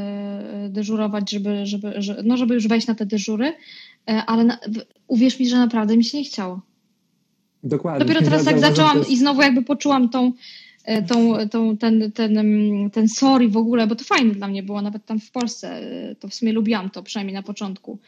dyżurować, żeby, żeby, żeby, no żeby już wejść na te dyżury, ale na, uwierz mi, że naprawdę mi się nie chciało. Dokładnie. Dopiero teraz ja jak zaczęłam też... i znowu jakby poczułam tą Tą, tą, ten, ten, ten sorry w ogóle, bo to fajne dla mnie było, nawet tam w Polsce, to w sumie lubiłam to, przynajmniej na początku.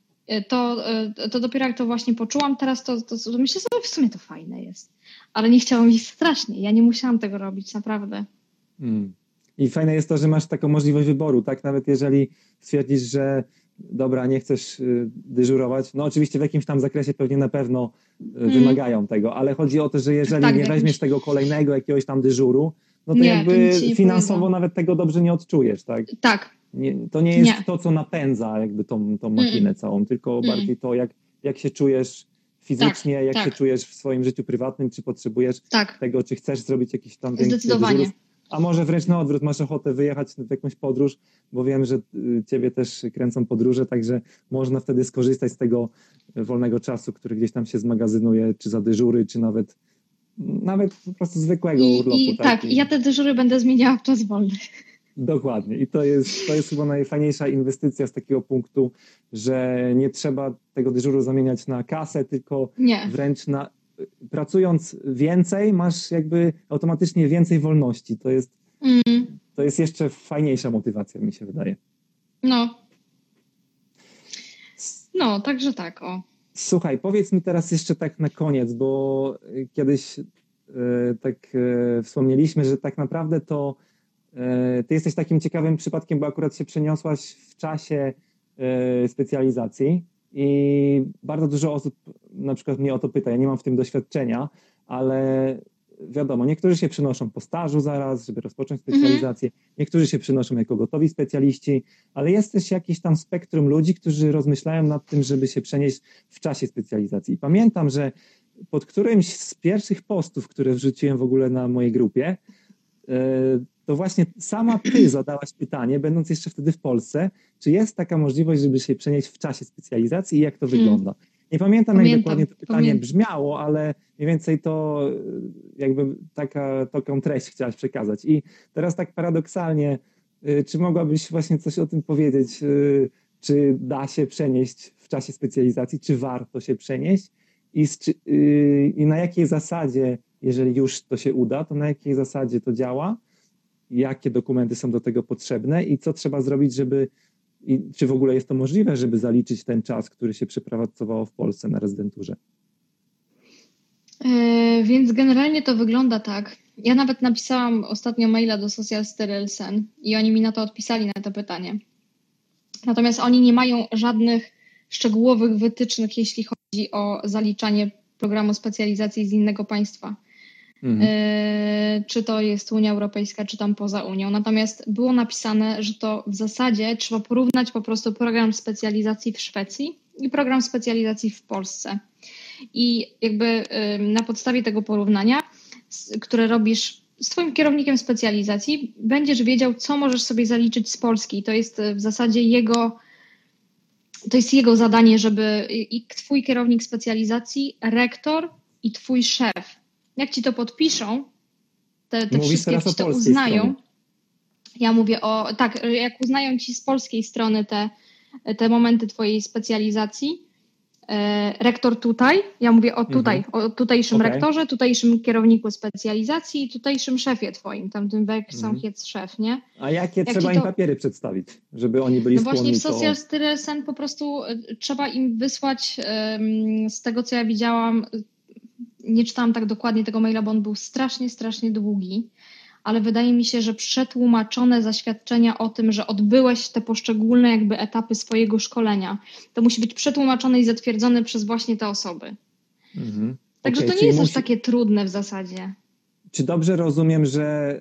To, to dopiero jak to właśnie poczułam teraz, to, to, to myślę sobie, w sumie to fajne jest. Ale nie chciało mi strasznie, ja nie musiałam tego robić, naprawdę. Hmm. I fajne jest to, że masz taką możliwość wyboru, tak? Nawet jeżeli stwierdzisz, że dobra, nie chcesz dyżurować, no oczywiście w jakimś tam zakresie pewnie na pewno hmm. wymagają tego, ale chodzi o to, że jeżeli tak, nie weźmiesz jakimś... tego kolejnego jakiegoś tam dyżuru, no to nie, jakby to finansowo powiedzą. Nawet tego dobrze nie odczujesz, tak? Tak. Nie, to nie jest nie. to, co napędza jakby tą, tą machinę mm. całą, tylko mm. bardziej to, jak, jak się czujesz fizycznie, tak, jak tak. się czujesz w swoim życiu prywatnym, czy potrzebujesz tak. tego, czy chcesz zrobić jakiś tam większy Zdecydowanie. dyżur. A może wręcz na odwrót, masz ochotę wyjechać w jakąś podróż, bo wiem, że ciebie też kręcą podróże, także można wtedy skorzystać z tego wolnego czasu, który gdzieś tam się zmagazynuje, czy za dyżury, czy nawet nawet po prostu zwykłego I, urlopu. I, tak, i ja te dyżury będę zmieniała w czas wolny. Dokładnie. I to jest, to jest chyba najfajniejsza inwestycja z takiego punktu, że nie trzeba tego dyżuru zamieniać na kasę, tylko nie. wręcz na... Pracując więcej, masz jakby automatycznie więcej wolności. To jest, mm. to jest jeszcze fajniejsza motywacja, mi się wydaje. No. No, także tak, o. Słuchaj, powiedz mi teraz jeszcze tak na koniec, bo kiedyś e, tak e, wspomnieliśmy, że tak naprawdę to e, ty jesteś takim ciekawym przypadkiem, bo akurat się przeniosłaś w czasie e, specjalizacji i bardzo dużo osób na przykład mnie o to pyta. Ja nie mam w tym doświadczenia, ale wiadomo, niektórzy się przenoszą po stażu zaraz, żeby rozpocząć specjalizację, mhm. niektórzy się przenoszą jako gotowi specjaliści, ale jest też jakiś tam spektrum ludzi, którzy rozmyślają nad tym, żeby się przenieść w czasie specjalizacji. I pamiętam, że pod którymś z pierwszych postów, które wrzuciłem w ogóle na mojej grupie, to właśnie sama ty zadałaś pytanie, będąc jeszcze wtedy w Polsce, czy jest taka możliwość, żeby się przenieść w czasie specjalizacji i jak to hmm. wygląda? Nie pamiętam, pamiętam, jak dokładnie to pytanie pamiętam. brzmiało, ale mniej więcej to jakby taka, taką treść chciałaś przekazać. I teraz tak paradoksalnie, czy mogłabyś właśnie coś o tym powiedzieć? czy da się przenieść w czasie specjalizacji, czy warto się przenieść i, z, yy, i na jakiej zasadzie, jeżeli już to się uda, to na jakiej zasadzie to działa, jakie dokumenty są do tego potrzebne i co trzeba zrobić, żeby, i czy w ogóle jest to możliwe, żeby zaliczyć ten czas, który się przepracowało w Polsce na rezydenturze. Yy, więc generalnie to wygląda tak. Ja nawet napisałam ostatnio maila do Social Styrelsen i oni mi na to odpisali, na to pytanie. Natomiast oni nie mają żadnych szczegółowych wytycznych, jeśli chodzi o zaliczanie programu specjalizacji z innego państwa. Mhm. Yy, czy to jest Unia Europejska, czy tam poza Unią. Natomiast było napisane, że to w zasadzie trzeba porównać po prostu program specjalizacji w Szwecji i program specjalizacji w Polsce. I jakby yy, na podstawie tego porównania, z, które robisz z twoim kierownikiem specjalizacji, będziesz wiedział, co możesz sobie zaliczyć z Polski. To jest w zasadzie jego, to jest jego zadanie, żeby i twój kierownik specjalizacji, rektor i twój szef, jak ci to podpiszą, te, te wszystkie, jak ci to uznają. Stronie. Ja mówię o, tak, jak uznają ci z polskiej strony te, te momenty twojej specjalizacji, rektor tutaj, ja mówię o tutaj, mhm. o tutejszym okay. rektorze, tutejszym kierowniku specjalizacji i tutejszym szefie twoim, tamtym Werksamheitzchef, szef, nie? A jakie Jak trzeba im to... papiery przedstawić, żeby oni byli no skłonni? No właśnie w to... Social Styrelsen po prostu trzeba im wysłać, um, z tego co ja widziałam, nie czytałam tak dokładnie tego maila, bo on był strasznie, strasznie długi, ale wydaje mi się, że przetłumaczone zaświadczenia o tym, że odbyłeś te poszczególne jakby etapy swojego szkolenia, to musi być przetłumaczone i zatwierdzone przez właśnie te osoby. Mhm. Także okay, to nie jest musi... aż takie trudne w zasadzie. Czy dobrze rozumiem, że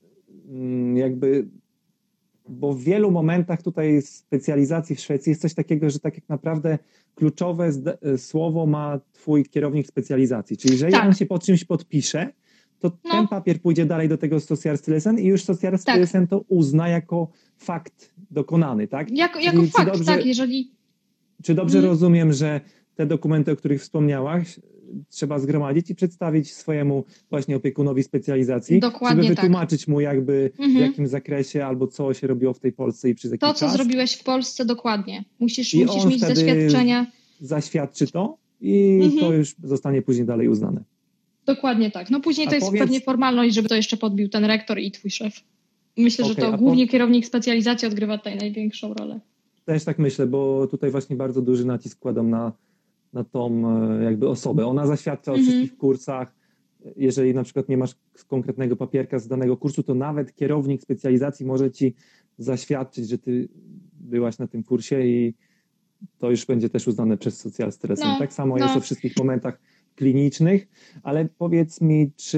jakby, bo w wielu momentach tutaj specjalizacji w Szwecji jest coś takiego, że tak jak naprawdę kluczowe słowo ma twój kierownik specjalizacji. Czyli jeżeli tak. on się pod czymś podpisze, to no. ten papier pójdzie dalej do tego Social Styrelsen i już Social Styrelsen tak. to uzna jako fakt dokonany, tak? Jako, jako fakt, dobrze, tak, jeżeli... Czy dobrze hmm. rozumiem, że te dokumenty, o których wspomniałaś, trzeba zgromadzić i przedstawić swojemu właśnie opiekunowi specjalizacji, Dokładnie żeby wytłumaczyć tak. mu jakby mhm. w jakim zakresie albo co się robiło w tej Polsce i przez jaki to, czas. To, co zrobiłeś w Polsce, dokładnie. Musisz, I musisz mieć doświadczenia. Zaświadczy to i mhm. to już zostanie później dalej uznane. Dokładnie tak. No później a to jest powiedz... pewnie formalność, żeby to jeszcze podbił ten rektor i twój szef. Myślę, okay, że to głównie po... kierownik specjalizacji odgrywa tutaj największą rolę. Też tak myślę, bo tutaj właśnie bardzo duży nacisk kładą na, na tą jakby osobę. Ona zaświadcza o mm-hmm. wszystkich kursach. Jeżeli na przykład nie masz konkretnego papierka z danego kursu, to nawet kierownik specjalizacji może ci zaświadczyć, że ty byłaś na tym kursie i to już będzie też uznane przez Social Styrelsen. No, tak samo no. jest o wszystkich momentach klinicznych, ale powiedz mi, czy,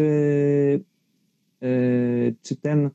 yy, czy, ten,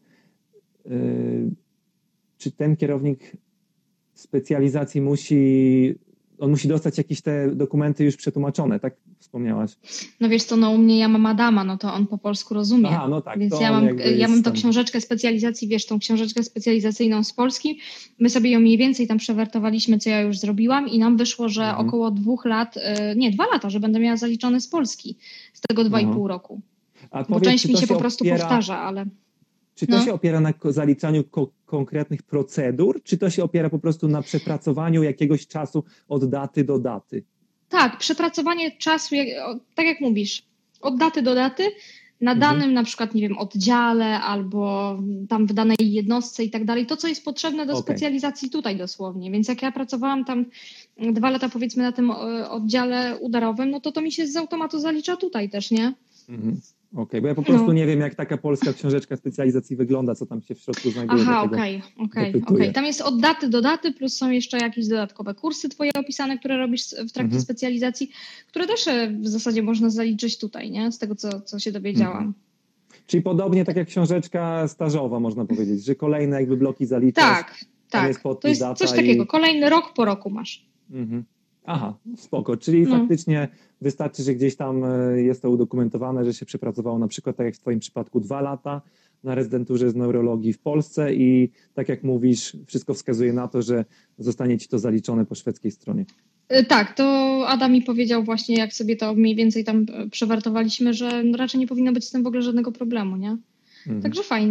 yy, czy ten kierownik specjalizacji musi, on musi dostać jakieś te dokumenty już przetłumaczone, tak wspomniałaś? No wiesz co, no u mnie ja mam Adama, no to on po polsku rozumie. Aha, no tak. Więc ja mam, ja mam tą książeczkę specjalizacji, wiesz, tą książeczkę specjalizacyjną z Polski. My sobie ją mniej więcej tam przewertowaliśmy, co ja już zrobiłam i nam wyszło, że mhm. około dwóch lat, nie, dwa lata, że będę miała zaliczone z Polski. Z tego dwa mhm. i pół roku. A bo powiedz, część mi się po prostu opiera... powtarza, ale... Czy to no. się opiera na zaliczaniu ko- konkretnych procedur, czy to się opiera po prostu na przepracowaniu jakiegoś czasu od daty do daty? Tak, przepracowanie czasu, jak, tak jak mówisz, od daty do daty, na mhm. danym na przykład, nie wiem, oddziale albo tam w danej jednostce i tak dalej, to co jest potrzebne do okay. specjalizacji tutaj dosłownie. Więc jak ja pracowałam tam dwa lata powiedzmy na tym oddziale udarowym, no to to mi się z automatu zalicza tutaj też, nie? Mhm. Okej, okay, bo ja po prostu no. nie wiem, jak taka polska książeczka specjalizacji wygląda, co tam się w środku znajduje. Aha, okej, okej, okej. Tam jest od daty do daty, plus są jeszcze jakieś dodatkowe kursy twoje opisane, które robisz w trakcie mhm. specjalizacji, które też w zasadzie można zaliczyć tutaj, nie? Z tego, co, co się dowiedziałam. Mhm. Czyli podobnie tak jak książeczka stażowa, można powiedzieć, że kolejne jakby bloki zaliczasz. Tak, tak. Jest to jest coś takiego. I... Kolejny rok po roku masz. Mhm. Aha, spoko, czyli no. faktycznie wystarczy, że gdzieś tam jest to udokumentowane, że się przepracowało na przykład, tak jak w twoim przypadku, dwa lata na rezydenturze z neurologii w Polsce i tak jak mówisz, wszystko wskazuje na to, że zostanie ci to zaliczone po szwedzkiej stronie. Tak, to Adam mi powiedział właśnie, jak sobie to mniej więcej tam przewartowaliśmy, że raczej nie powinno być z tym w ogóle żadnego problemu, nie? Mhm. Także fajnie.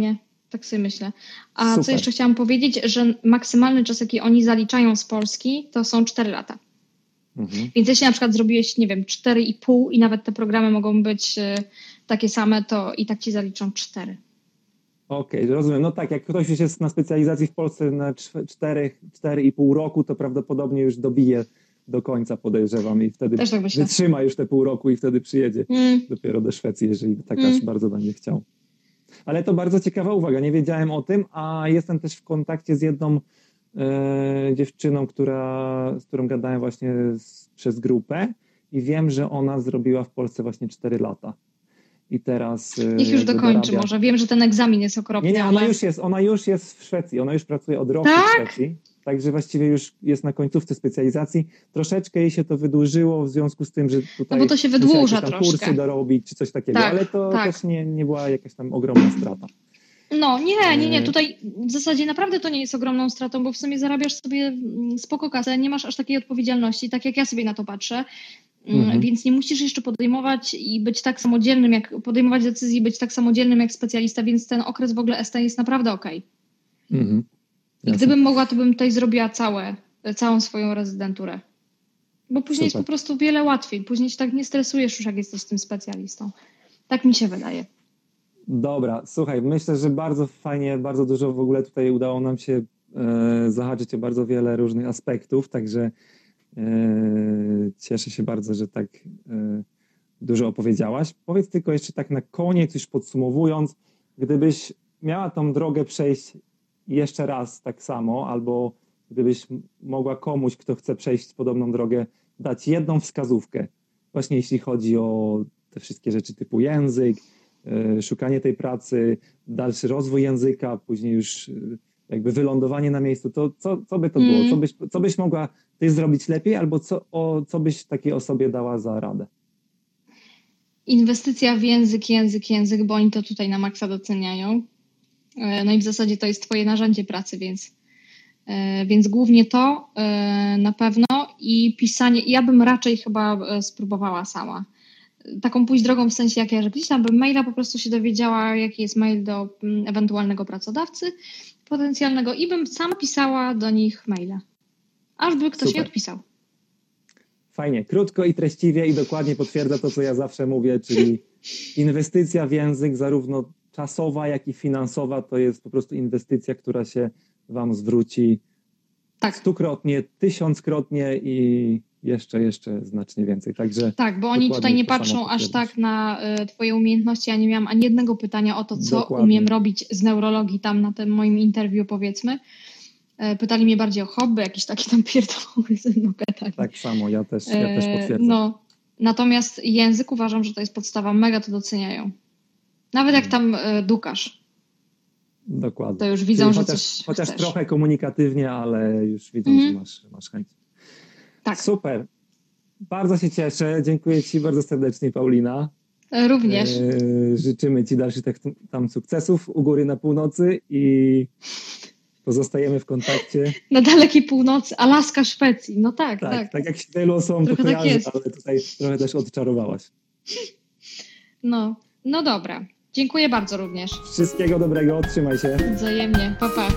Tak sobie myślę. A Super. co jeszcze chciałam powiedzieć, że maksymalny czas, jaki oni zaliczają z Polski, to są cztery lata. Mhm. Więc jeśli na przykład zrobiłeś, nie wiem, cztery i pół i nawet te programy mogą być y, takie same, to i tak ci zaliczą cztery. Okej, okay, rozumiem. No tak, jak ktoś już jest na specjalizacji w Polsce na cztery i pół roku, to prawdopodobnie już dobije do końca, podejrzewam, i wtedy tak wytrzyma już te pół roku i wtedy przyjedzie mm. dopiero do Szwecji, jeżeli tak mm. aż bardzo będzie chciał. Ale to bardzo ciekawa uwaga, nie wiedziałem o tym, a jestem też w kontakcie z jedną e, dziewczyną, która, z którą gadałem właśnie z, przez grupę i wiem, że ona zrobiła w Polsce właśnie cztery lata. I teraz niech już dokończy dorabia. Może. Wiem, że ten egzamin jest okropny. Nie, nie, ona, ale... już jest, ona już jest w Szwecji. Ona już pracuje od roku tak? w Szwecji. Także właściwie już jest na końcówce specjalizacji. Troszeczkę jej się to wydłużyło w związku z tym, że tutaj no bo to się wydłuża troszkę. Kursy dorobić czy coś takiego, tak, ale to tak. też nie, nie była jakaś tam ogromna strata. No nie, nie, nie. Tutaj w zasadzie naprawdę to nie jest ogromną stratą, bo w sumie zarabiasz sobie spoko kasę, nie masz aż takiej odpowiedzialności, tak jak ja sobie na to patrzę. Mhm. Więc nie musisz jeszcze podejmować i być tak samodzielnym, jak podejmować decyzje i być tak samodzielnym jak specjalista, więc ten okres w ogóle S T jest naprawdę okej. Okay. Mhm. I gdybym mogła, to bym tutaj zrobiła całe, całą swoją rezydenturę. Bo później Super. Jest po prostu wiele łatwiej. Później się tak nie stresujesz już, jak jesteś tym specjalistą. Tak mi się wydaje. Dobra, słuchaj, myślę, że bardzo fajnie, bardzo dużo w ogóle tutaj udało nam się e, zahaczyć o bardzo wiele różnych aspektów, także cieszę się bardzo, że tak dużo opowiedziałaś. Powiedz tylko jeszcze tak na koniec, już podsumowując, gdybyś miała tą drogę przejść jeszcze raz tak samo, albo gdybyś mogła komuś, kto chce przejść podobną drogę, dać jedną wskazówkę, właśnie jeśli chodzi o te wszystkie rzeczy typu język, szukanie tej pracy, dalszy rozwój języka, później już jakby wylądowanie na miejscu, to co, co by to było? Co byś, co byś mogła ty zrobić lepiej, albo co, o, co byś takiej osobie dała za radę? Inwestycja w język, język, język, bo oni to tutaj na maksa doceniają. No i w zasadzie to jest twoje narzędzie pracy, więc, więc głównie to na pewno i pisanie. Ja bym raczej chyba spróbowała sama. Taką pójść drogą w sensie, jak ja, że gdzieś tam bym maila po prostu się dowiedziała, jaki jest mail do ewentualnego pracodawcy potencjalnego i bym sama pisała do nich maile. Aż by ktoś Super. Nie odpisał. Fajnie, krótko i treściwie i dokładnie potwierdza to, co ja zawsze mówię, czyli inwestycja w język zarówno czasowa, jak i finansowa to jest po prostu inwestycja, która się wam zwróci tak. stukrotnie, tysiąckrotnie i jeszcze, jeszcze znacznie więcej. Także tak, bo oni tutaj nie patrzą aż tak na y, twoje umiejętności. Ja nie miałam ani jednego pytania o to, co dokładnie. Umiem robić z neurologii tam na tym moim interwiu, powiedzmy. Y, pytali mnie bardziej o hobby, jakieś takie tam pierdoły ze mną gadali. Tak samo, ja też, ja też potwierdzam. Y, no, natomiast język uważam, że to jest podstawa. Mega to doceniają. Nawet jak tam y, dukasz. Dokładnie. To już widzą, Czyli że chociaż, coś chociaż chcesz. trochę komunikatywnie, ale już widzą, mm. że masz, masz chęć. Tak. Super. Bardzo się cieszę. Dziękuję ci bardzo serdecznie, Paulina. Również. E, życzymy ci dalszych tak, tam sukcesów u góry na północy i pozostajemy w kontakcie. Na dalekiej północy, Alaska, Szwecji. No tak, tak. Tak, tak jak się wielu osobom to kojarzy, tak ale tutaj trochę też odczarowałaś. No, no dobra. Dziękuję bardzo również. Wszystkiego dobrego, trzymaj się. Wzajemnie, pa pa.